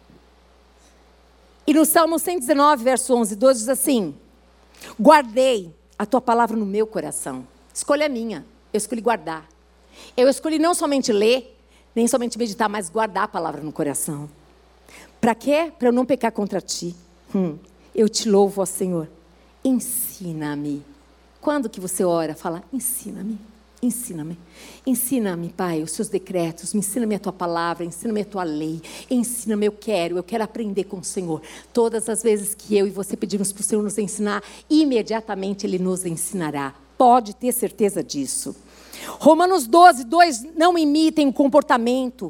E no Salmo 119, verso 11 e 12, diz assim: guardei a tua palavra no meu coração. Escolha é minha, eu escolhi guardar. Eu escolhi não somente ler, nem somente meditar, mas guardar a palavra no coração. Para quê? Para eu não pecar contra ti. Eu te louvo, ó Senhor. Ensina-me. Quando que você ora, fala, ensina-me. Ensina-me, ensina-me, Pai, os seus decretos, me ensina-me a tua palavra, ensina-me a tua lei, ensina-me, eu quero aprender com o Senhor. Todas as vezes que eu e você pedimos para o Senhor nos ensinar, imediatamente Ele nos ensinará. Pode ter certeza disso. Romanos 12, 2, não imitem o comportamento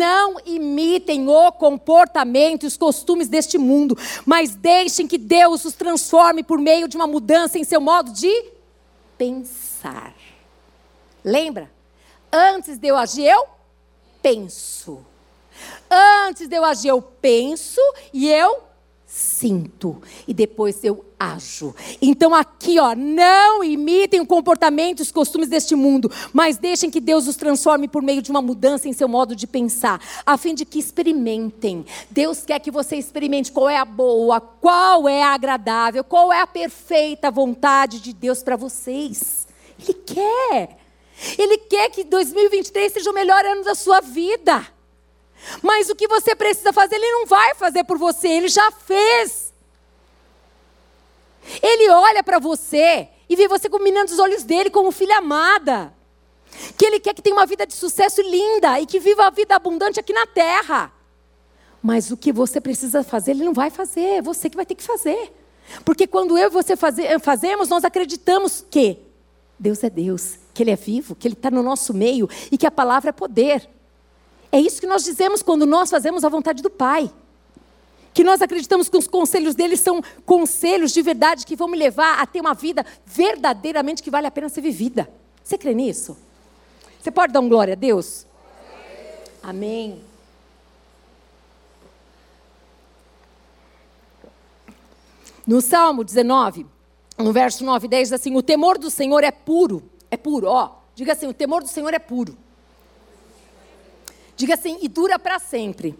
e os costumes deste mundo, mas deixem que Deus os transforme por meio de uma mudança em seu modo de pensar. Lembra? Antes de eu agir, eu penso. Antes de eu agir, eu penso e eu sinto. E depois eu ajo. Então aqui, não imitem o comportamento e os costumes deste mundo, mas deixem que Deus os transforme por meio de uma mudança em seu modo de pensar, a fim de que experimentem. Deus quer que você experimente qual é a boa, qual é a agradável, qual é a perfeita vontade de Deus para vocês. Ele quer. Ele quer que 2023 seja o melhor ano da sua vida. Mas o que você precisa fazer, Ele não vai fazer por você, Ele já fez. Ele olha para você e vê você como menina dos olhos dele, como filha amada. Que Ele quer que tenha uma vida de sucesso linda e que viva a vida abundante aqui na terra. Mas o que você precisa fazer, Ele não vai fazer, é você que vai ter que fazer. Porque quando eu e você fazemos, nós acreditamos que Deus é Deus, que Ele é vivo, que Ele está no nosso meio e que a palavra é poder. É isso que nós dizemos quando nós fazemos a vontade do Pai. Que nós acreditamos que os conselhos dele são conselhos de verdade que vão me levar a ter uma vida verdadeiramente que vale a pena ser vivida. Você crê nisso? Você pode dar um glória a Deus? Amém. No Salmo 19, no verso 9 e 10, diz assim: o temor do Senhor é puro, ó. Diga assim, o temor do Senhor é puro. Diga assim, e dura para sempre.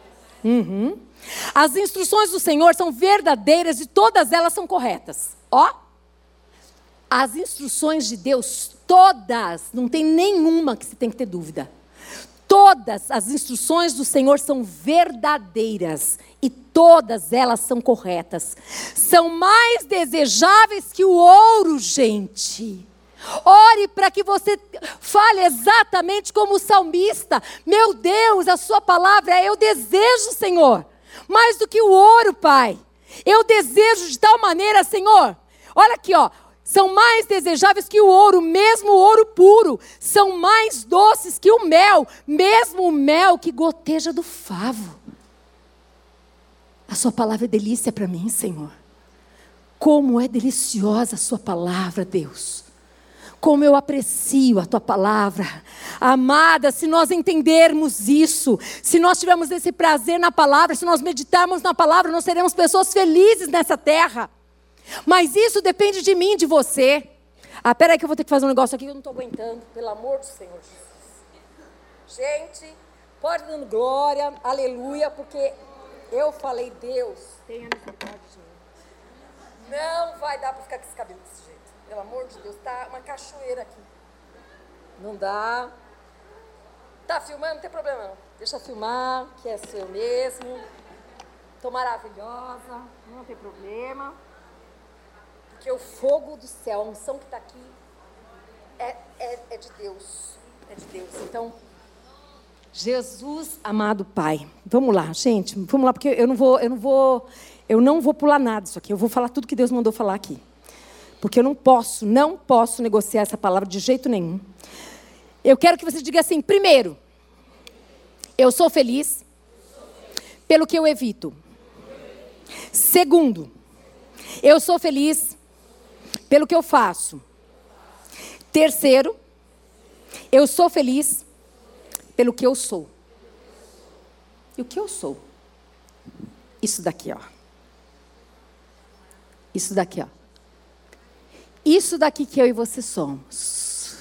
As instruções do Senhor são verdadeiras e todas elas são corretas. Ó, as instruções de Deus, todas, não tem nenhuma que se tem que ter dúvida. Todas as instruções do Senhor são verdadeiras e todas elas são corretas. São mais desejáveis que o ouro, gente. Ore para que você fale exatamente como o salmista. Meu Deus, a sua palavra é: eu desejo, Senhor, mais do que o ouro, Pai. Eu desejo de tal maneira, Senhor. Olha aqui, ó. São mais desejáveis que o ouro, mesmo o ouro puro. São mais doces que o mel, mesmo o mel que goteja do favo. A sua palavra é delícia para mim, Senhor. Como é deliciosa a sua palavra, Deus. Como eu aprecio a tua palavra. Amada, se nós entendermos isso, se nós tivermos esse prazer na palavra, se nós meditarmos na palavra, nós seremos pessoas felizes nessa terra. Mas isso depende de mim, de você. Peraí que eu vou ter que fazer um negócio aqui que eu não estou aguentando. Pelo amor do Senhor Jesus. Gente, pode dando glória, aleluia, porque eu falei, Deus, tenha misericórdia de mim. Não vai dar para ficar com esse cabelo desse jeito. Pelo amor de Deus, tá uma cachoeira aqui. Não dá. Tá filmando? Não tem problema não. Deixa filmar, que é seu mesmo. Tô maravilhosa, não tem problema. Porque o fogo do céu, a unção que está aqui, é de Deus. É de Deus. Então, Jesus, amado Pai. Vamos lá, gente. Vamos lá, porque eu não vou pular nada disso aqui. Eu vou falar tudo que Deus mandou falar aqui. Porque eu não posso negociar essa palavra de jeito nenhum. Eu quero que você diga assim: primeiro, eu sou feliz pelo que eu evito. Segundo, eu sou feliz pelo que eu faço. Terceiro, eu sou feliz pelo que eu sou. E o que eu sou? Isso daqui, ó. Isso daqui, ó. Isso daqui que eu e você somos.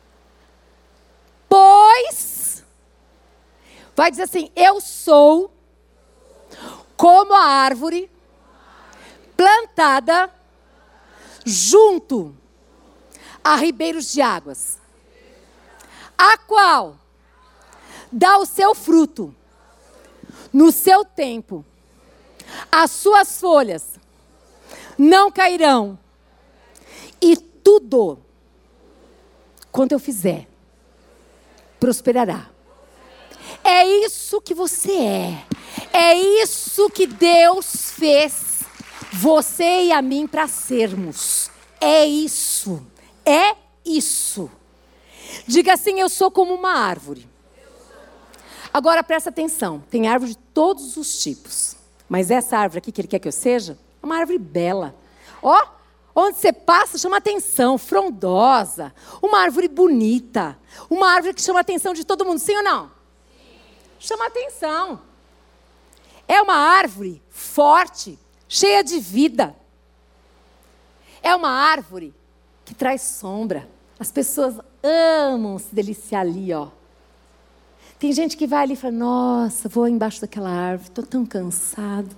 Pois, vai dizer assim: eu sou como a árvore plantada junto a ribeiros de águas, a qual dá o seu fruto no seu tempo, as suas folhas não cairão, e tudo quanto eu fizer prosperará. É isso que você é. É isso que Deus fez você e a mim para sermos. É isso. É isso. Diga assim: eu sou como uma árvore. Agora presta atenção. Tem árvore de todos os tipos. Mas essa árvore aqui que Ele quer que eu seja é uma árvore bela. Ó. Onde você passa, chama atenção, frondosa, uma árvore bonita, uma árvore que chama a atenção de todo mundo, sim ou não? Sim. Chama atenção. É uma árvore forte, cheia de vida. É uma árvore que traz sombra. As pessoas amam se deliciar ali, ó. Tem gente que vai ali e fala: nossa, vou embaixo daquela árvore, estou tão cansado.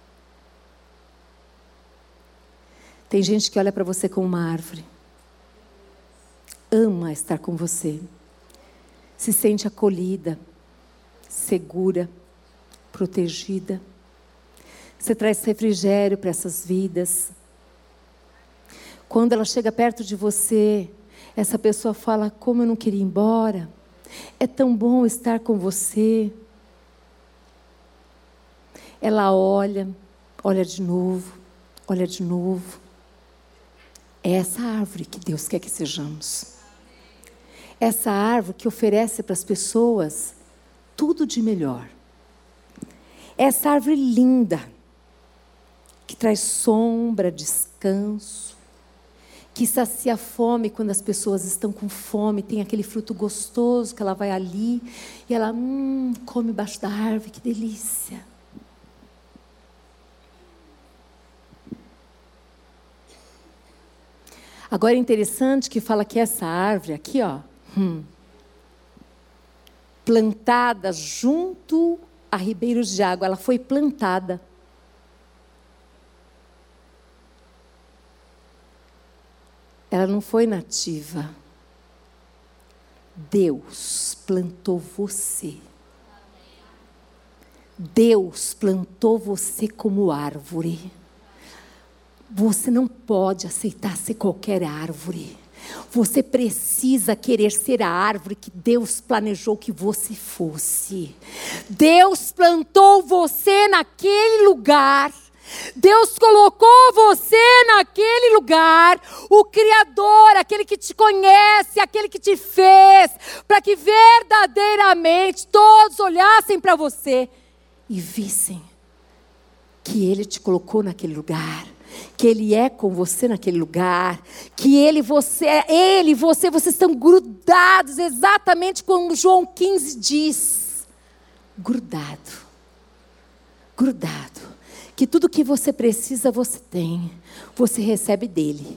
Tem gente que olha para você como uma árvore. Ama estar com você. Se sente acolhida, segura, protegida. Você traz refrigério para essas vidas. Quando ela chega perto de você, essa pessoa fala: como eu não queria ir embora. É tão bom estar com você. Ela olha de novo, olha de novo. É essa árvore que Deus quer que sejamos. Essa árvore que oferece para as pessoas tudo de melhor. Essa árvore linda, que traz sombra, descanso, que sacia a fome quando as pessoas estão com fome, tem aquele fruto gostoso que ela vai ali e ela come embaixo da árvore, que delícia. Agora é interessante que fala que essa árvore aqui, ó, plantada junto a ribeiros de água, ela foi plantada. Ela não foi nativa. Deus plantou você. Deus plantou você como árvore. Você não pode aceitar ser qualquer árvore. Você precisa querer ser a árvore que Deus planejou que você fosse. Deus plantou você naquele lugar. Deus colocou você naquele lugar, o Criador, aquele que te conhece, aquele que te fez, para que verdadeiramente todos olhassem para você e vissem que Ele te colocou naquele lugar, que Ele é com você naquele lugar, que vocês estão grudados, exatamente como João 15 diz, grudado, que tudo que você precisa você tem, você recebe dele,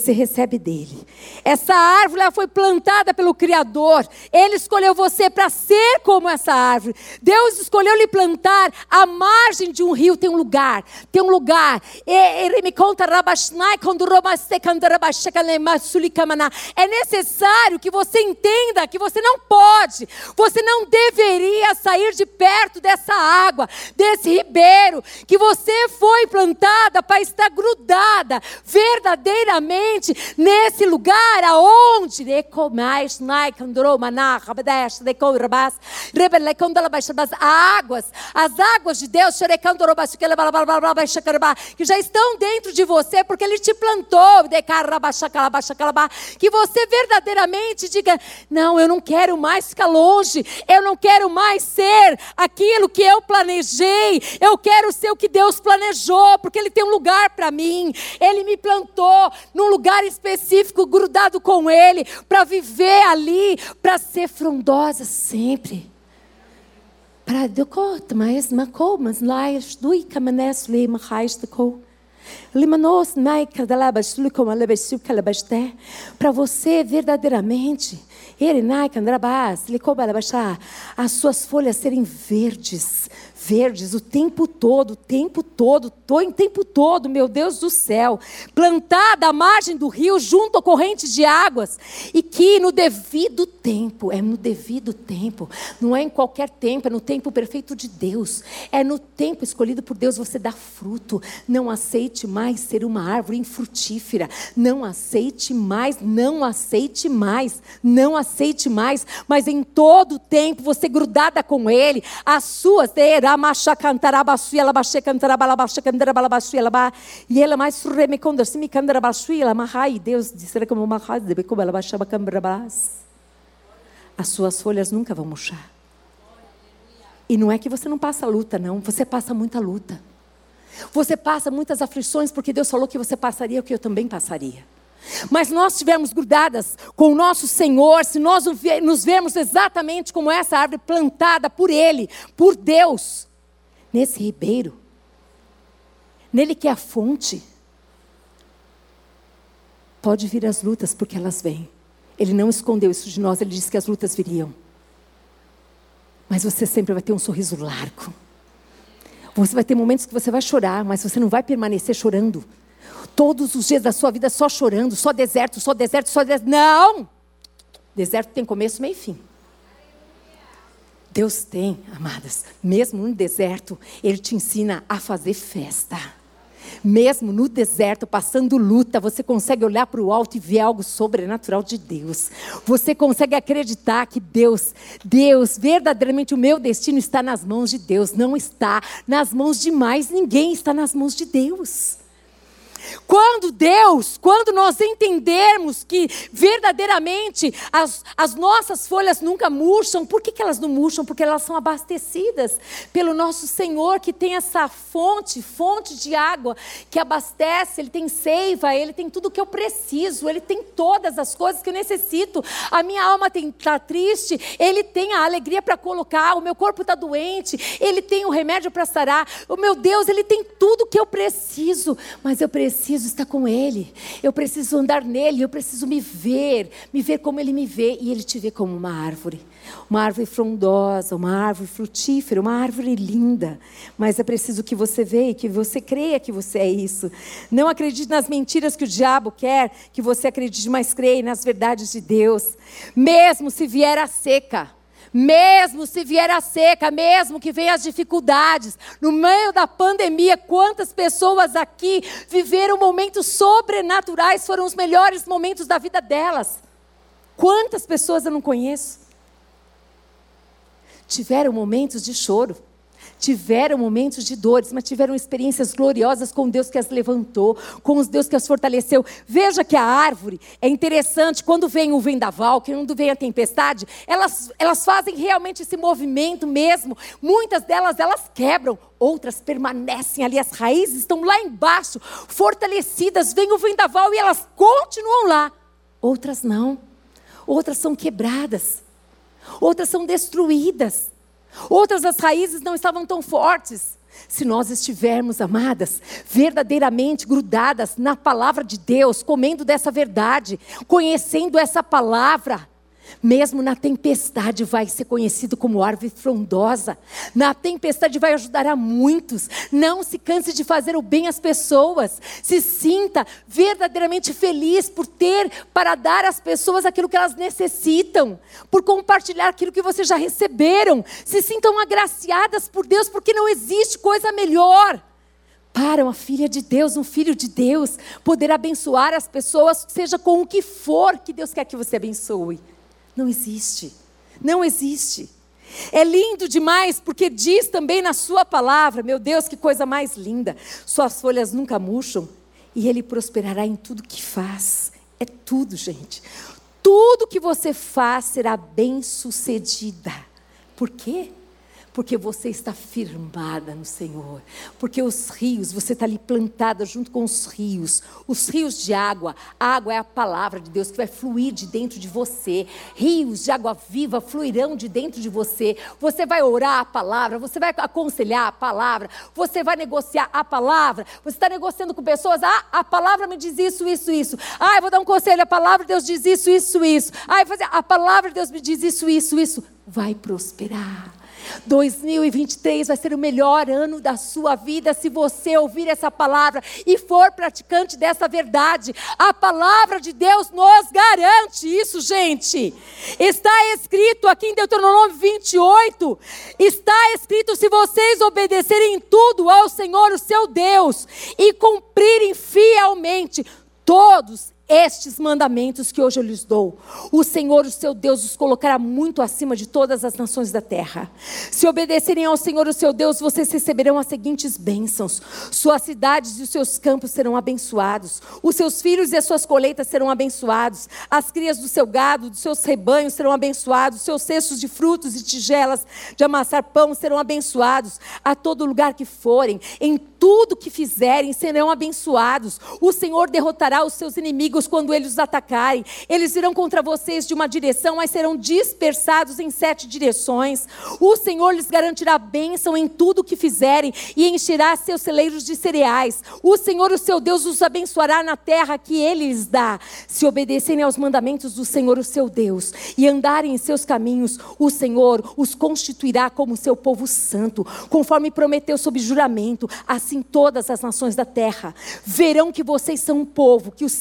Essa árvore ela foi plantada pelo Criador, Ele escolheu você para ser como essa árvore. Deus escolheu lhe plantar à margem de um rio, tem um lugar. É necessário que você entenda que você não pode, você não deveria sair de perto dessa água, desse ribeiro, que você foi plantada para estar grudada verdadeiramente nesse lugar aonde as águas de Deus que já estão dentro de você, porque Ele te plantou, que você verdadeiramente diga, não, eu não quero mais ficar longe, eu não quero mais ser aquilo que eu planejei, eu quero ser o que Deus planejou, porque Ele tem um lugar para mim. Ele me plantou num lugar específico, grudado com Ele, para viver ali, para ser frondosa sempre. Para decotar, mas lá estou e caminhas lhe mais de cor. Para você verdadeiramente, as suas folhas serem verdes o tempo todo, meu Deus do céu, plantada à margem do rio, junto a correntes de águas, e que no devido tempo, não é em qualquer tempo, é no tempo perfeito de Deus, é no tempo escolhido por Deus, você dá fruto. Não aceite mais ser uma árvore infrutífera, não aceite mais, mas em todo tempo, você grudada com Ele, as suas, e ela mais surremecondor, se me candarabashuila, mahai, Deus disse como mahai, as suas folhas nunca vão murchar. E não é que você não passa luta, não, você passa muita luta. Você passa muitas aflições, porque Deus falou que você passaria o que eu também passaria. Mas nós estivermos grudadas com o nosso Senhor, se nós nos vermos exatamente como essa árvore plantada por Ele, por Deus, nesse ribeiro, nele que é a fonte, pode vir as lutas, porque elas vêm. Ele não escondeu isso de nós, Ele disse que as lutas viriam. Mas você sempre vai ter um sorriso largo. Você vai ter momentos que você vai chorar, mas você não vai permanecer chorando todos os dias da sua vida só chorando, só deserto. Não! Deserto tem começo, meio e fim. Deus tem, amadas, mesmo no deserto, Ele te ensina a fazer festa. Mesmo no deserto, passando luta, você consegue olhar para o alto e ver algo sobrenatural de Deus. Você consegue acreditar que Deus, verdadeiramente o meu destino está nas mãos de Deus. Não está nas mãos de mais ninguém, está nas mãos de Deus. Quando nós entendermos que verdadeiramente as nossas folhas nunca murcham, por que elas não murcham? Porque elas são abastecidas pelo nosso Senhor, que tem essa fonte de água, que abastece, Ele tem seiva, Ele tem tudo o que eu preciso, Ele tem todas as coisas que eu necessito. A minha alma está triste, Ele tem a alegria para colocar, o meu corpo está doente, Ele tem o remédio para sarar, o meu Deus, Ele tem tudo o que eu preciso, mas eu preciso estar com Ele, eu preciso andar nele, eu preciso me ver como Ele me vê, e Ele te vê como uma árvore frondosa, uma árvore frutífera, uma árvore linda, mas é preciso que você veja, que você creia que você é isso. Não acredite nas mentiras que o diabo quer que você acredite, mas creia nas verdades de Deus. Mesmo se vier a seca, mesmo que venham as dificuldades, no meio da pandemia, quantas pessoas aqui viveram momentos sobrenaturais, foram os melhores momentos da vida delas. Quantas pessoas eu não conheço? Tiveram momentos de choro, tiveram momentos de dores, mas tiveram experiências gloriosas com Deus que as levantou, com os Deus que as fortaleceu. Veja que a árvore é interessante, quando vem o vendaval, quando vem a tempestade, elas fazem realmente esse movimento mesmo. Muitas delas, elas quebram, outras permanecem ali, as raízes estão lá embaixo, fortalecidas. Vem o vendaval e elas continuam lá. Outras não, outras são quebradas. Outras são destruídas. Outras as raízes não estavam tão fortes. Se nós estivermos, amadas, verdadeiramente grudadas na palavra de Deus, comendo dessa verdade, conhecendo essa palavra, mesmo na tempestade vai ser conhecido como árvore frondosa. Na tempestade vai ajudar a muitos. Não se canse de fazer o bem às pessoas. Se sinta verdadeiramente feliz por ter para dar às pessoas aquilo que elas necessitam, por compartilhar aquilo que vocês já receberam. Se sintam agraciadas por Deus, porque não existe coisa melhor para uma filha de Deus, um filho de Deus, poder abençoar as pessoas, seja com o que for que Deus quer que você abençoe. Não existe, não existe. É lindo demais, porque diz também na sua palavra, meu Deus, que coisa mais linda, suas folhas nunca murcham, e Ele prosperará em tudo que faz. É tudo, gente. Tudo que você faz será bem sucedida. Por quê? Porque você está firmada no Senhor. Porque os rios, você está ali plantada junto com os rios de água. A água é a palavra de Deus que vai fluir de dentro de você. Rios de água viva fluirão de dentro de você. Você vai orar a palavra, você vai aconselhar a palavra, você vai negociar a palavra. Você está negociando com pessoas, a palavra me diz isso. Eu vou dar um conselho, a palavra de Deus diz isso. A palavra de Deus me diz isso. Vai prosperar. 2023 vai ser o melhor ano da sua vida se você ouvir essa palavra e for praticante dessa verdade. A palavra de Deus nos garante isso, gente. Está escrito aqui em Deuteronômio 28, está escrito: se vocês obedecerem em tudo ao Senhor, o seu Deus, e cumprirem fielmente todos estes mandamentos que hoje eu lhes dou, o Senhor, o seu Deus, os colocará muito acima de todas as nações da terra. Se obedecerem ao Senhor, o seu Deus, vocês receberão as seguintes bênçãos: suas cidades e os seus campos serão abençoados, os seus filhos e as suas colheitas serão abençoados, as crias do seu gado, dos seus rebanhos serão abençoados, os seus cestos de frutos e tigelas de amassar pão serão abençoados, a todo lugar que forem, em tudo que fizerem serão abençoados. O Senhor derrotará os seus inimigos quando eles os atacarem. Eles virão contra vocês de uma direção, mas serão dispersados em 7 direções. O Senhor lhes garantirá bênção em tudo que fizerem e encherá seus celeiros de cereais. O Senhor, o seu Deus, os abençoará na terra que Ele lhes dá. Se obedecerem aos mandamentos do Senhor, o seu Deus, e andarem em seus caminhos, o Senhor os constituirá como seu povo santo, conforme prometeu sob juramento. Assim todas as nações da terra verão que vocês são um povo que o Senhor tomou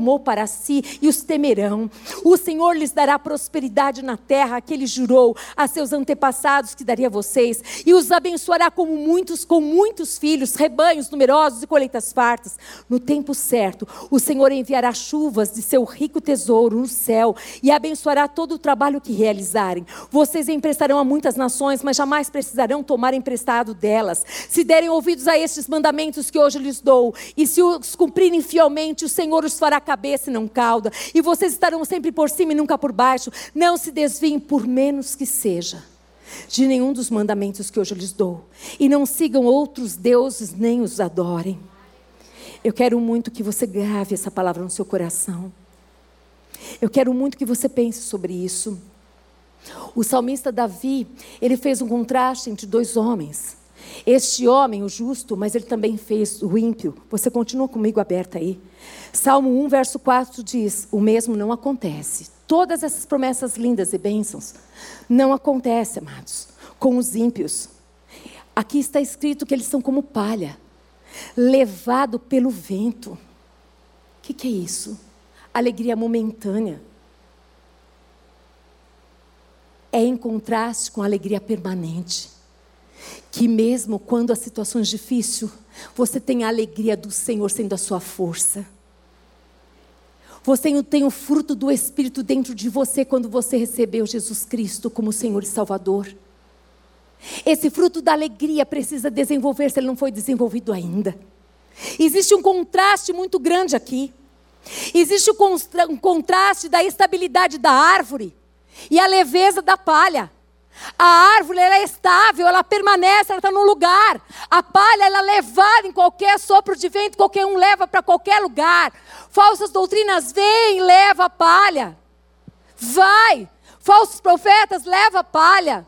tomou para si e os temerão. O Senhor lhes dará prosperidade na terra que Ele jurou a seus antepassados que daria a vocês, e os abençoará com muitos filhos, rebanhos numerosos e colheitas fartas. No tempo certo, o Senhor enviará chuvas de seu rico tesouro no céu e abençoará todo o trabalho que realizarem. Vocês emprestarão a muitas nações, mas jamais precisarão tomar emprestado delas. Se derem ouvidos a estes mandamentos que hoje lhes dou, e se os cumprirem fielmente, o Senhor os fará cabeça e não cauda, e vocês estarão sempre por cima e nunca por baixo. Não se desviem, por menos que seja, de nenhum dos mandamentos que hoje lhes dou, e não sigam outros deuses, nem os adorem. Eu quero muito que você grave essa palavra no seu coração. Eu quero muito que você pense sobre isso. O salmista Davi, ele fez um contraste entre dois homens. Este homem, o justo, mas ele também fez o ímpio. Você continua comigo aberta aí. Salmo 1, verso 4 diz: o mesmo não acontece. Todas essas promessas lindas e bênçãos não acontecem, amados, com os ímpios. Aqui está escrito que eles são como palha, levado pelo vento. O que é isso? Alegria momentânea. É em contraste com a alegria permanente. Que mesmo quando a situação é difícil, você tem a alegria do Senhor sendo a sua força. Você tem o fruto do Espírito dentro de você quando você recebeu Jesus Cristo como Senhor e Salvador. Esse fruto da alegria precisa desenvolver-se, ele não foi desenvolvido ainda. Existe um contraste muito grande aqui. Existe um contraste da estabilidade da árvore e a leveza da palha. A árvore, ela é estável, ela permanece, ela está no lugar. A palha, ela é levada em qualquer sopro de vento, qualquer um leva para qualquer lugar. Falsas doutrinas vêm e levam a palha. Vai! Falsos profetas levam a palha.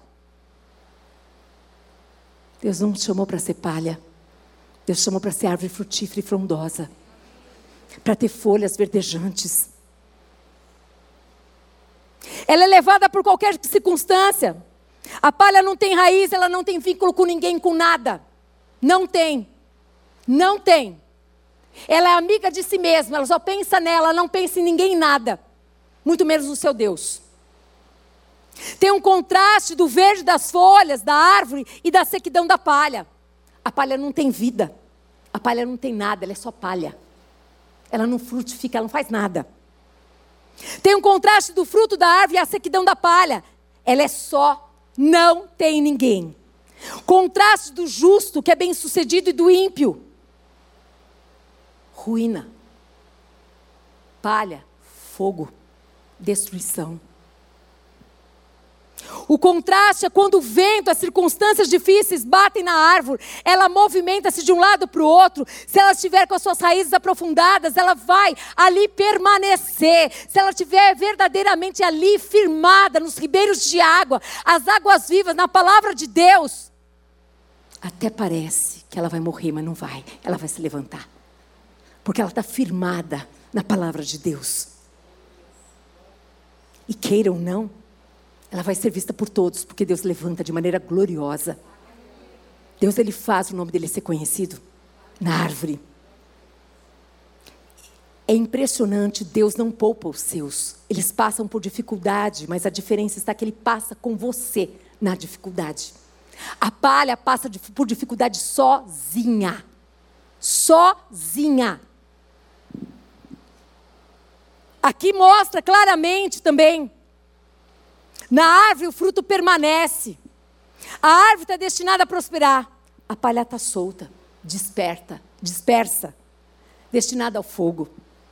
Deus não te chamou para ser palha. Deus te chamou para ser árvore frutífera e frondosa. Para ter folhas verdejantes. Ela é levada por qualquer circunstância. A palha não tem raiz, ela não tem vínculo com ninguém, com nada. Não tem. Não tem. Ela é amiga de si mesma, ela só pensa nela, não pensa em ninguém, em nada. Muito menos no seu Deus. Tem um contraste do verde das folhas, da árvore e da sequidão da palha. A palha não tem vida. A palha não tem nada, ela é só palha. Ela não frutifica, ela não faz nada. Tem um contraste do fruto da árvore e a sequidão da palha. Ela é só, não tem ninguém. Contraste do justo, que é bem sucedido, e do ímpio. Ruína. Palha, fogo, destruição. O contraste é quando o vento, as circunstâncias difíceis batem na árvore, ela movimenta-se de um lado para o outro. Se ela estiver com as suas raízes aprofundadas, ela vai ali permanecer. Se ela estiver verdadeiramente ali firmada nos ribeiros de água, as águas vivas, na palavra de Deus, até parece que ela vai morrer, mas não vai. Ela vai se levantar. Porque ela está firmada na palavra de Deus. E queira ou não, ela vai ser vista por todos, porque Deus levanta de maneira gloriosa. Deus, Ele faz o nome dEle ser conhecido na árvore. É impressionante, Deus não poupa os seus. Eles passam por dificuldade, mas a diferença está que Ele passa com você na dificuldade. A palha passa por dificuldade sozinha. Sozinha. Aqui mostra claramente também. Na árvore o fruto permanece. A árvore está destinada a prosperar. A palha está solta, dispersa, destinada ao fogo.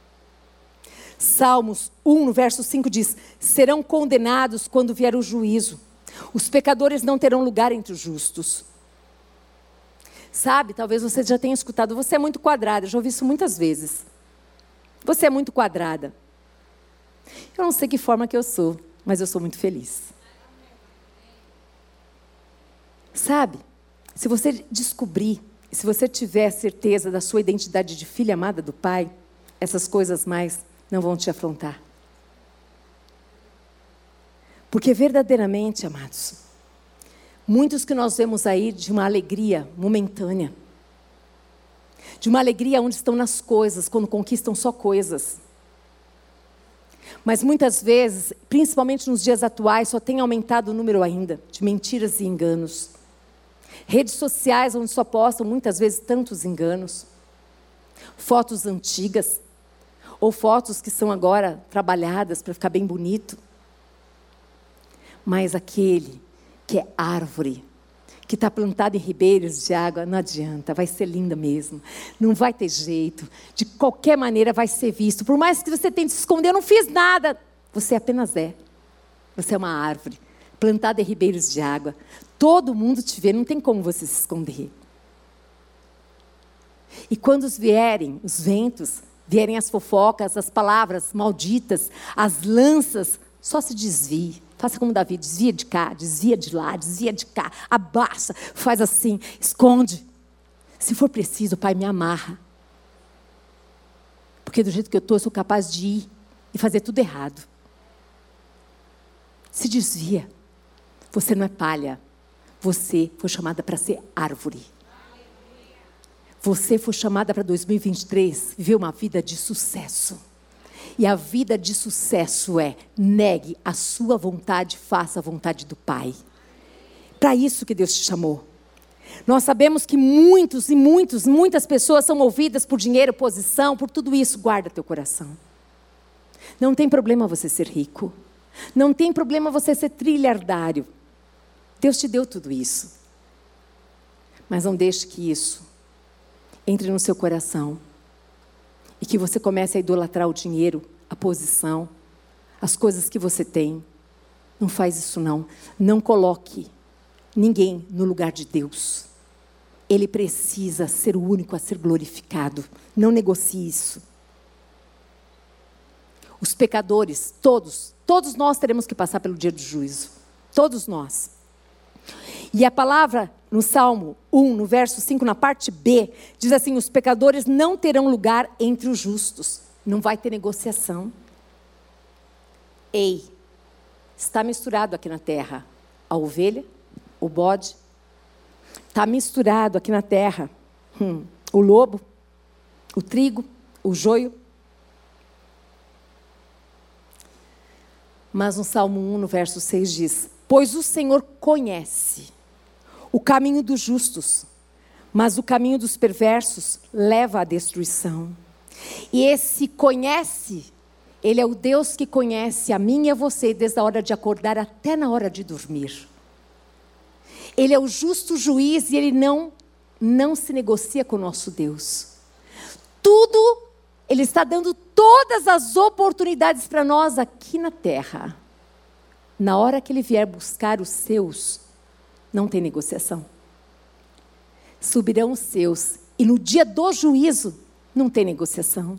Salmos 1, no verso 5 diz: serão condenados quando vier o juízo. Os pecadores não terão lugar entre os justos. Sabe, talvez você já tenha escutado, você é muito quadrada, eu já ouvi isso muitas vezes. Você é muito quadrada. Eu não sei que forma que eu sou, mas eu sou muito feliz. Sabe, se você descobrir, se você tiver certeza da sua identidade de filha amada do Pai, essas coisas mais não vão te afrontar. Porque verdadeiramente, amados, muitos que nós vemos aí de uma alegria momentânea, de uma alegria onde estão nas coisas, quando conquistam só coisas, Mas muitas vezes, principalmente nos dias atuais, só tem aumentado o número ainda de mentiras e enganos. Redes sociais onde só postam muitas vezes tantos enganos. Fotos antigas, ou fotos que são agora trabalhadas para ficar bem bonito. Mas aquele que é árvore, que está plantado em ribeiros de água, não adianta, vai ser linda mesmo. Não vai ter jeito, de qualquer maneira vai ser visto. Por mais que você tente se esconder, eu não fiz nada. Você apenas é. Você é uma árvore, plantada em ribeiros de água. Todo mundo te vê, não tem como você se esconder. E quando vierem os ventos, vierem as fofocas, as palavras malditas, as lanças, só se desvie. Faça como Davi, desvia de cá, desvia de lá, desvia de cá, abaixa, faz assim, esconde. Se for preciso, Pai, me amarra. Porque do jeito que eu estou, eu sou capaz de ir e fazer tudo errado. Se desvia. Você não é palha. Você foi chamada para ser árvore. Você foi chamada para 2023 viver uma vida de sucesso. E a vida de sucesso é: negue a sua vontade, faça a vontade do Pai. Para isso que Deus te chamou. Nós sabemos que muitas pessoas são movidas por dinheiro, posição, por tudo isso. Guarda teu coração. Não tem problema você ser rico. Não tem problema você ser trilhardário. Deus te deu tudo isso. Mas não deixe que isso entre no seu coração. E que você comece a idolatrar o dinheiro, a posição, as coisas que você tem. Não faz isso não. Não coloque ninguém no lugar de Deus. Ele precisa ser o único a ser glorificado. Não negocie isso. Os pecadores, todos nós teremos que passar pelo dia do juízo. Todos nós. E a palavra no Salmo 1, no verso 5, na parte B, diz assim: os pecadores não terão lugar entre os justos. Não vai ter negociação. Ei, está misturado aqui na terra a ovelha, o bode. Está misturado aqui na terra o lobo, o trigo, o joio. Mas no Salmo 1, no verso 6 diz: pois o Senhor conhece o caminho dos justos, mas o caminho dos perversos leva à destruição. E esse conhece, Ele é o Deus que conhece a mim e a você desde a hora de acordar até na hora de dormir. Ele é o justo juiz e Ele não se negocia com o nosso Deus. Tudo, Ele está dando todas as oportunidades para nós aqui na terra. Na hora que Ele vier buscar os seus, não tem negociação. Subirão os seus. E no dia do juízo, não tem negociação.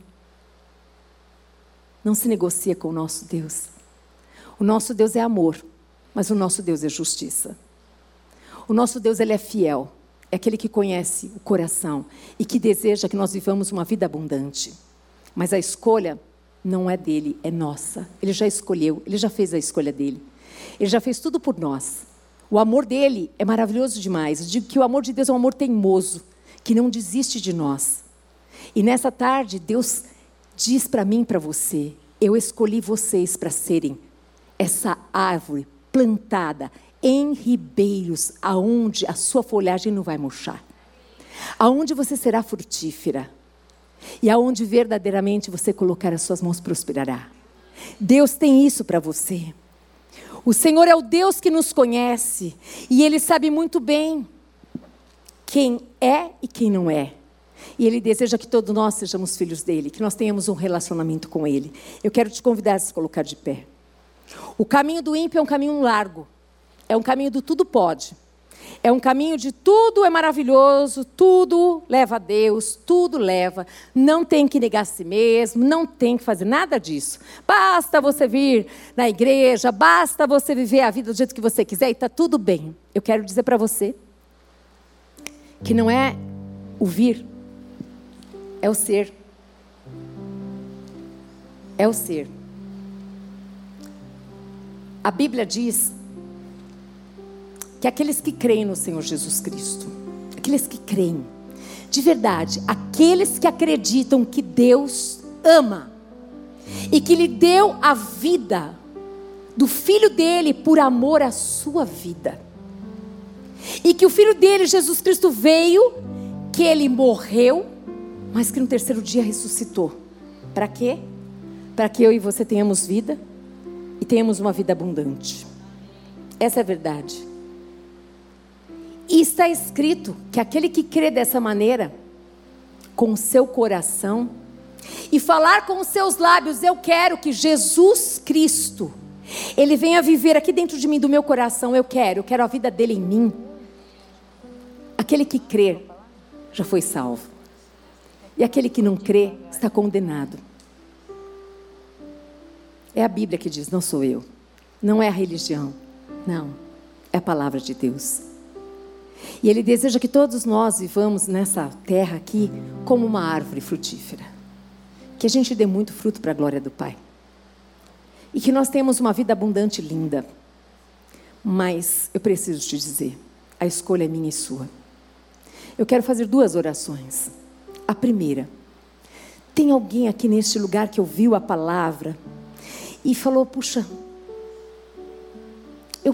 Não se negocia com o nosso Deus. O nosso Deus é amor, mas o nosso Deus é justiça. O nosso Deus, Ele é fiel. É aquele que conhece o coração e que deseja que nós vivamos uma vida abundante. Mas a escolha não é dele, é nossa. Ele já escolheu, Ele já fez a escolha dele. Ele já fez tudo por nós. O amor dele é maravilhoso demais. Eu digo que o amor de Deus é um amor teimoso, que não desiste de nós. E nessa tarde, Deus diz para mim e para você: eu escolhi vocês para serem essa árvore plantada em ribeiros, aonde a sua folhagem não vai murchar. Aonde você será frutífera. E aonde verdadeiramente você colocar as suas mãos prosperará. Deus tem isso para você. O Senhor é o Deus que nos conhece. E Ele sabe muito bem quem é e quem não é. E Ele deseja que todos nós sejamos filhos dEle. Que nós tenhamos um relacionamento com Ele. Eu quero te convidar a se colocar de pé. O caminho do ímpio é um caminho largo. É um caminho do tudo pode. É um caminho de tudo é maravilhoso, tudo leva a Deus, tudo leva. Não tem que negar a si mesmo, não tem que fazer nada disso. Basta você vir na igreja, basta você viver a vida do jeito que você quiser e está tudo bem. Eu quero dizer para você que não é o vir, é o ser. É o ser. A Bíblia diz que aqueles que creem no Senhor Jesus Cristo, aqueles que creem, de verdade, aqueles que acreditam que Deus ama, e que lhe deu a vida do Filho dele por amor à sua vida. E que o Filho dele, Jesus Cristo, veio, que ele morreu, mas que no terceiro dia ressuscitou. Para quê? Para que eu e você tenhamos vida e tenhamos uma vida abundante. Essa é a verdade. E está escrito que aquele que crê dessa maneira, com o seu coração, e falar com os seus lábios, eu quero que Jesus Cristo, Ele venha viver aqui dentro de mim, do meu coração, eu quero a vida dele em mim. Aquele que crê, já foi salvo. E aquele que não crê, está condenado. É a Bíblia que diz, não sou eu. Não é a religião. Não, é a palavra de Deus. E Ele deseja que todos nós vivamos nessa terra aqui como uma árvore frutífera. Que a gente dê muito fruto para a glória do Pai. E que nós tenhamos uma vida abundante e linda. Mas eu preciso te dizer, a escolha é minha e sua. Eu quero fazer 2 orações. A primeira, tem alguém aqui neste lugar que ouviu a palavra e falou, puxa, eu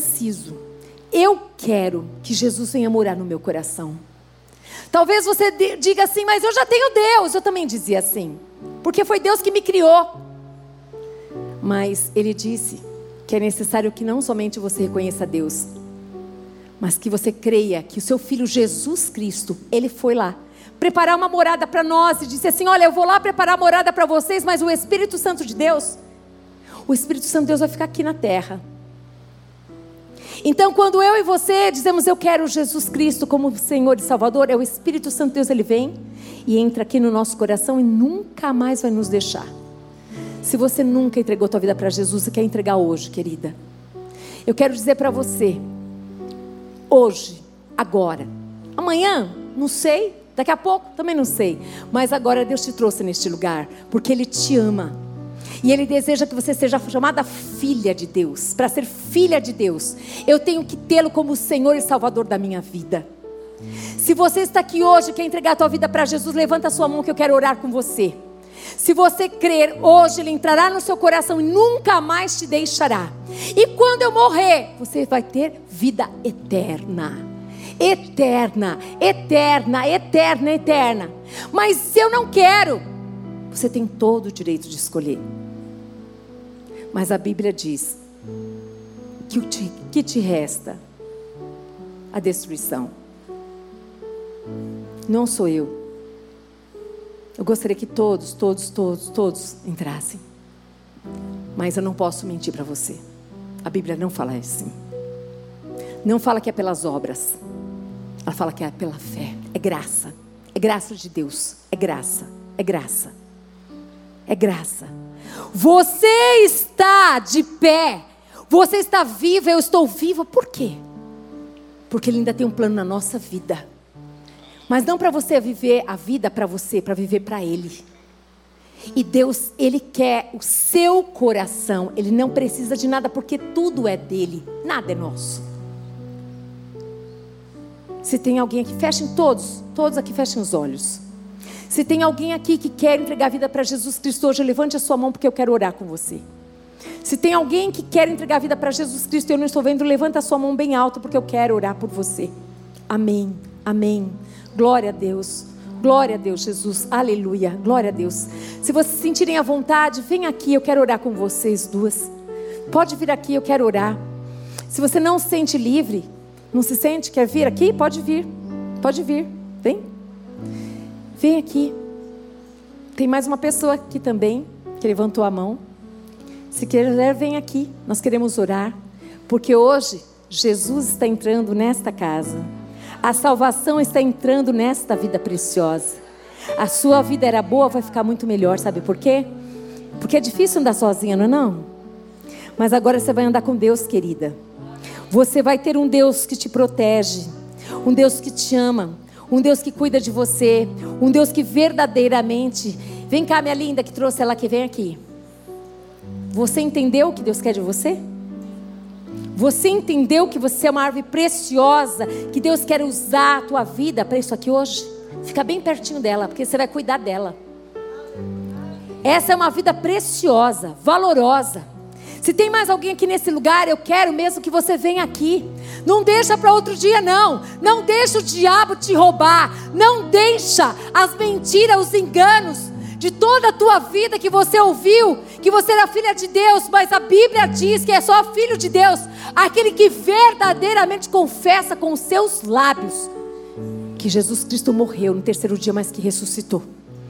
quero que Jesus venha morar no meu coração. Talvez você diga assim, mas eu já tenho Deus. Eu também dizia assim, porque foi Deus que me criou. Mas Ele disse que é necessário que não somente você reconheça Deus, mas que você creia que o seu Filho Jesus Cristo, Ele foi lá preparar uma morada para nós e disse assim, olha, eu vou lá preparar a morada para vocês, mas o Espírito Santo de Deus, o Espírito Santo de Deus vai ficar aqui na terra. Então quando eu e você dizemos, eu quero Jesus Cristo como Senhor e Salvador, é o Espírito Santo de Deus, Ele vem e entra aqui no nosso coração e nunca mais vai nos deixar. Se você nunca entregou tua vida para Jesus e quer entregar hoje, querida, eu quero dizer para você, hoje, agora, amanhã, não sei, daqui a pouco, também não sei, mas agora Deus te trouxe neste lugar, porque Ele te ama, e Ele deseja que você seja chamada filha de Deus. Para ser filha de Deus, eu tenho que tê-lo como Senhor e Salvador da minha vida. Se você está aqui hoje e quer entregar a tua vida para Jesus, levanta a sua mão que eu quero orar com você. Se você crer, hoje Ele entrará no seu coração e nunca mais te deixará. E quando eu morrer, você vai ter vida eterna. Eterna, eterna, eterna, eterna. Mas se eu não quero, você tem todo o direito de escolher. Mas a Bíblia diz que o que te resta? A destruição. Não sou eu. Eu gostaria que todos entrassem. Mas eu não posso mentir para você. A Bíblia não fala assim. Não fala que é pelas obras. Ela fala que é pela fé. É graça. É graça de Deus. É graça. É graça. É graça. Você está de pé. Você está viva. Eu estou viva. Por quê? Porque Ele ainda tem um plano na nossa vida. Mas não para você viver a vida para você, para viver para Ele. E Deus, Ele quer o seu coração. Ele não precisa de nada, porque tudo é dele. Nada é nosso. Se tem alguém aqui, fechem todos aqui fechem os olhos. Se tem alguém aqui que quer entregar a vida para Jesus Cristo hoje, levante a sua mão, porque eu quero orar com você. Se tem alguém que quer entregar a vida para Jesus Cristo e eu não estou vendo, levanta a sua mão bem alto, porque eu quero orar por você. Amém, amém. Glória a Deus, Jesus, aleluia, glória a Deus. Se vocês se sentirem à vontade, vem aqui, eu quero orar com vocês duas. Pode vir aqui, eu quero orar. Se você não se sente livre, não se sente, quer vir aqui? Pode vir, vem aqui. Tem mais uma pessoa aqui também, que levantou a mão. Se quiser, vem aqui, nós queremos orar, porque hoje, Jesus está entrando nesta casa. A salvação está entrando nesta vida preciosa. A sua vida era boa, vai ficar muito melhor, sabe por quê? Porque é difícil andar sozinha, não é não? Mas agora você vai andar com Deus, querida. Você vai ter um Deus que te protege, um Deus que te ama, um Deus que cuida de você, um Deus que verdadeiramente... Vem cá, minha linda, que trouxe ela aqui, vem aqui. Você entendeu o que Deus quer de você? Você entendeu que você é uma árvore preciosa, que Deus quer usar a tua vida para isso aqui hoje? Fica bem pertinho dela, porque você vai cuidar dela. Essa é uma vida preciosa, valorosa. Se tem mais alguém aqui nesse lugar, eu quero mesmo que você venha aqui. Não deixa para outro dia, não. Não deixa o diabo te roubar. Não deixa as mentiras, os enganos de toda a tua vida que você ouviu, que você era filha de Deus, mas a Bíblia diz que é só filho de Deus aquele que verdadeiramente confessa com os seus lábios que Jesus Cristo morreu no terceiro dia, mas que ressuscitou.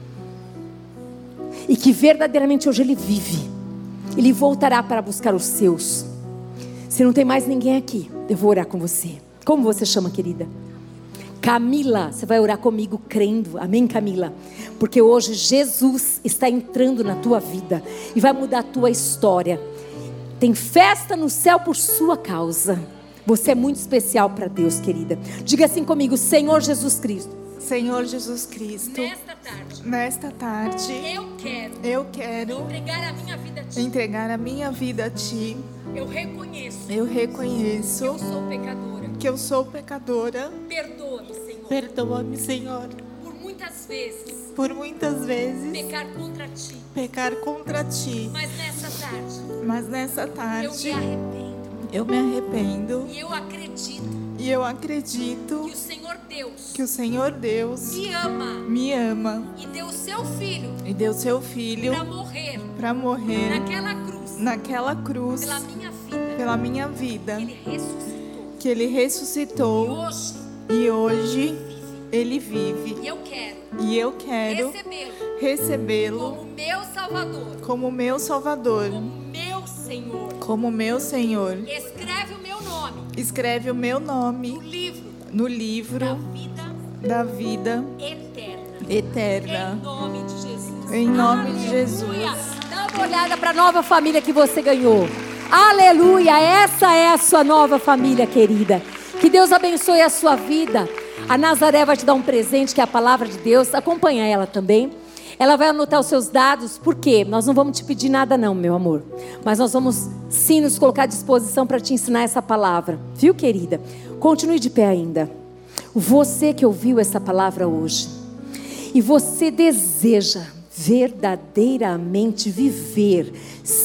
E que verdadeiramente hoje Ele vive. Ele voltará para buscar os seus. Se não tem mais ninguém aqui, eu vou orar com você. Como você chama, querida? Camila, você vai orar comigo crendo. Amém, Camila? Porque hoje Jesus está entrando na tua vida e vai mudar a tua história. Tem festa no céu por sua causa. Você é muito especial para Deus, querida. Diga assim comigo: Senhor Jesus Cristo. Senhor Jesus Cristo, nesta tarde, eu quero entregar a minha vida a Ti. Eu reconheço que eu sou pecadora. Perdoa-me, Senhor. Por muitas vezes pecar contra Ti. Mas nessa tarde eu me arrependo. E eu acredito que o Senhor Deus me ama e deu seu filho para morrer naquela cruz pela minha vida, que Ele ressuscitou e hoje Ele vive. E eu quero recebê-lo como meu Salvador, como meu Senhor. Escreve o meu nome no livro da vida eterna. Em nome de Jesus. Dá uma olhada para a nova família que você ganhou. Aleluia, essa é a sua nova família, querida. Que Deus abençoe a sua vida. A Nazaré vai te dar um presente, que é a palavra de Deus. Acompanha ela também. Ela vai anotar os seus dados. Por quê? Nós não vamos te pedir nada não, meu amor. Mas nós vamos sim nos colocar à disposição para te ensinar essa palavra. Viu, querida? Continue de pé ainda. Você que ouviu essa palavra hoje e você deseja verdadeiramente viver,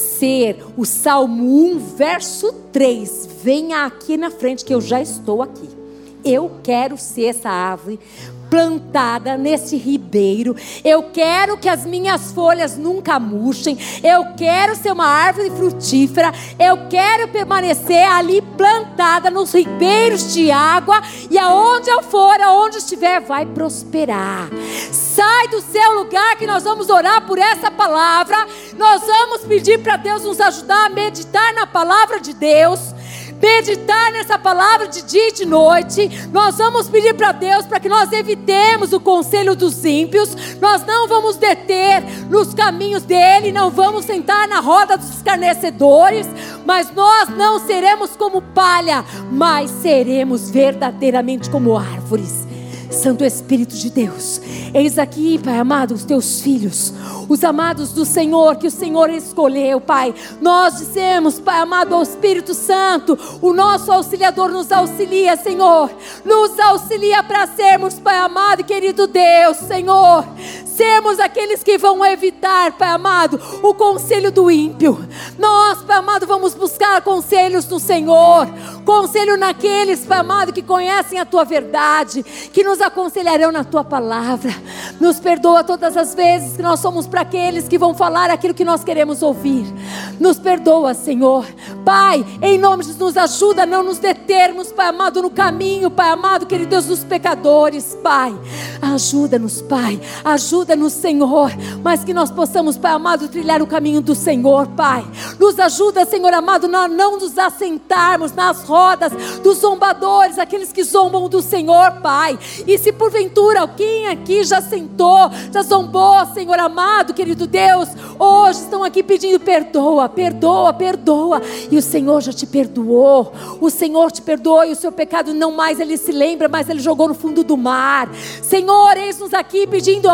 ser o Salmo 1, verso 3. Venha aqui na frente que eu já estou aqui. Eu quero ser essa árvore plantada nesse ribeiro. Eu quero que as minhas folhas nunca murchem. Eu quero ser uma árvore frutífera. Eu quero permanecer ali plantada nos ribeiros de água. E aonde eu for, aonde estiver, vai prosperar. Sai do seu lugar que nós vamos orar por essa palavra. Nós vamos pedir para Deus nos ajudar a meditar na palavra de Deus. Meditar nessa palavra de dia e de noite. Nós vamos pedir para Deus para que nós evitemos o conselho dos ímpios. Nós não vamos deter nos caminhos dele. Não vamos sentar na roda dos escarnecedores. Mas nós não seremos como palha, mas seremos verdadeiramente como árvores. Santo Espírito de Deus, eis aqui, Pai amado, os teus filhos, os amados do Senhor, que o Senhor escolheu, Pai. Nós dissemos, Pai amado, ao Espírito Santo, o nosso auxiliador nos auxilia, Senhor. Nos auxilia para sermos, Pai amado e querido Deus, Senhor. Sermos aqueles que vão evitar, Pai amado, o conselho do ímpio. Nós, Pai amado, vamos buscar conselhos do Senhor. Conselho naqueles, Pai amado, que conhecem a Tua verdade, que nos aconselharão na Tua palavra. Nos perdoa todas as vezes que nós somos para aqueles que vão falar aquilo que nós queremos ouvir. Nos perdoa, Senhor. Pai, em nome de Jesus, nos ajuda a não nos determos, Pai amado, no caminho, Pai amado, querido Deus, dos pecadores, Pai. Ajuda-nos, Pai. Ajuda-nos, Senhor. Mas que nós possamos, Pai amado, trilhar o caminho do Senhor, Pai. Nos ajuda, Senhor amado, a não nos assentarmos nas rodas dos zombadores, aqueles que zombam do Senhor, Pai. E se porventura alguém aqui já sentou, já zombou, Senhor amado, querido Deus, hoje estão aqui pedindo perdoa, perdoa, perdoa. E o Senhor já te perdoou. O Senhor te perdoou e o seu pecado não mais ele se lembra, mas ele jogou no fundo do mar. Senhor, eis-nos aqui pedindo ao Senhor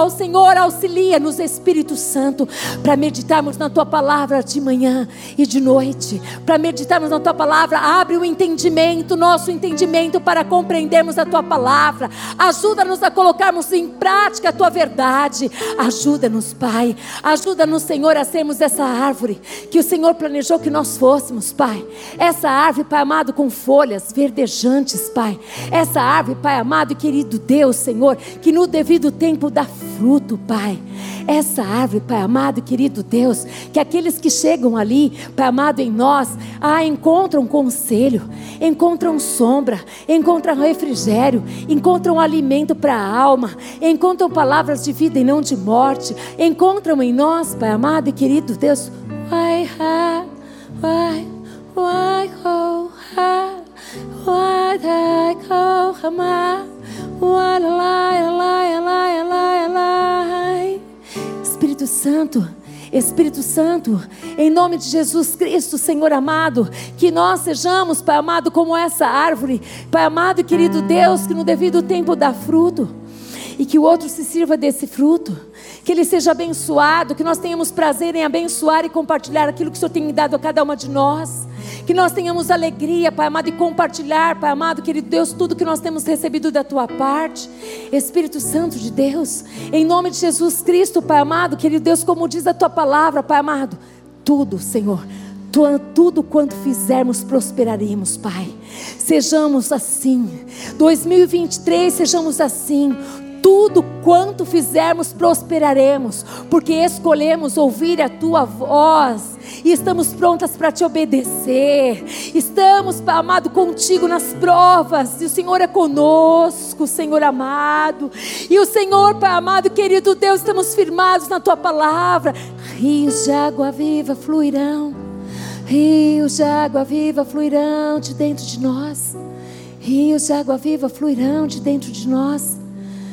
Senhor, auxilia-nos, Espírito Santo, para meditarmos na Tua palavra de manhã e de noite, para meditarmos na Tua palavra. Abre o entendimento, nosso entendimento, para compreendermos a Tua palavra. Ajuda-nos a colocarmos em prática a Tua verdade. Ajuda-nos, Pai. Ajuda-nos, Senhor, a sermos essa árvore que o Senhor planejou que nós fôssemos, Pai. Essa árvore, Pai amado, com folhas verdejantes, Pai. Essa árvore, Pai amado e querido Deus, Senhor, que no devido tempo dá fruto, Pai. Essa árvore, Pai amado e querido Deus, que aqueles que chegam ali, Pai amado, em nós, encontram conselho, encontram sombra, encontram refrigério, encontram alimento para a alma, encontram palavras de vida e não de morte, encontram em nós, Pai amado e querido Deus, Espírito Santo, Espírito Santo, em nome de Jesus Cristo, Senhor amado, que nós sejamos, Pai amado, como essa árvore, Pai amado e querido Deus, que no devido tempo dá fruto, e que o outro se sirva desse fruto, que ele seja abençoado, que nós tenhamos prazer em abençoar e compartilhar aquilo que o Senhor tem dado a cada uma de nós, que nós tenhamos alegria, Pai amado, e compartilhar, Pai amado, querido Deus, tudo que nós temos recebido da Tua parte. Espírito Santo de Deus, em nome de Jesus Cristo, Pai amado, querido Deus, como diz a Tua palavra, Pai amado, tudo, Senhor, tudo quanto fizermos prosperaremos, Pai. Sejamos assim, 2023 sejamos assim. Tudo quanto fizermos prosperaremos, porque escolhemos ouvir a Tua voz e estamos prontas para Te obedecer. Estamos, Pai amado, contigo nas provas, e o Senhor é conosco, Senhor amado. E o Senhor, Pai amado, querido Deus, estamos firmados na Tua palavra. Rios de água viva fluirão, rios de água viva fluirão de dentro de nós, rios de água viva fluirão de dentro de nós.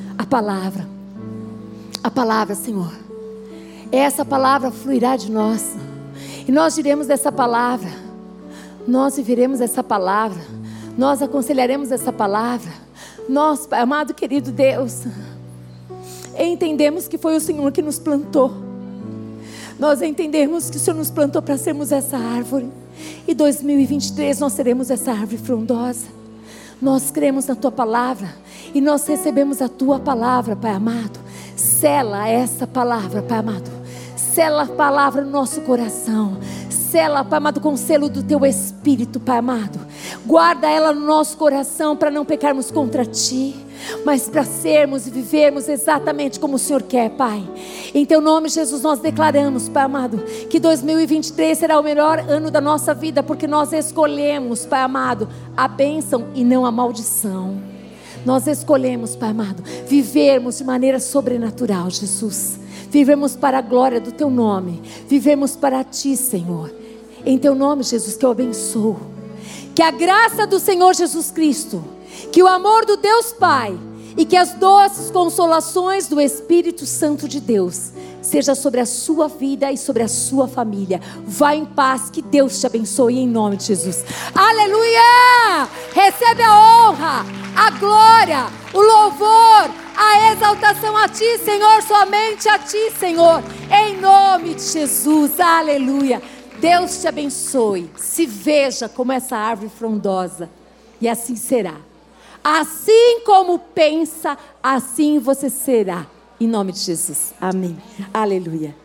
A palavra, Senhor, essa palavra fluirá de nós, e nós diremos essa palavra, nós viveremos essa palavra, nós aconselharemos essa palavra. Nós, Pai amado, querido Deus, entendemos que foi o Senhor que nos plantou, nós entendemos que o Senhor nos plantou para sermos essa árvore, e 2023 nós seremos essa árvore frondosa. Nós cremos na Tua palavra e nós recebemos a Tua palavra, Pai amado. Sela essa palavra, Pai amado. Sela a palavra no nosso coração. Sela, Pai amado, com o selo do Teu Espírito, Pai amado. Guarda ela no nosso coração para não pecarmos contra Ti, mas para sermos e vivermos exatamente como o Senhor quer, Pai. Em Teu nome, Jesus, nós declaramos, Pai amado, que 2023 será o melhor ano da nossa vida, porque nós escolhemos, Pai amado, a bênção e não a maldição. Nós escolhemos, Pai amado, vivermos de maneira sobrenatural, Jesus. Vivemos para a glória do Teu nome. Vivemos para Ti, Senhor. Em Teu nome, Jesus, que eu abençoo. Que a graça do Senhor Jesus Cristo, que o amor do Deus Pai e que as doces consolações do Espírito Santo de Deus seja sobre a sua vida e sobre a sua família. Vá em paz, que Deus te abençoe em nome de Jesus. Aleluia! Recebe a honra, a glória, o louvor, a exaltação a Ti, Senhor, somente a Ti, Senhor, em nome de Jesus. Aleluia! Deus te abençoe. Se veja como essa árvore frondosa, e assim será. Assim como pensa, assim você será. Em nome de Jesus. Amém. Aleluia.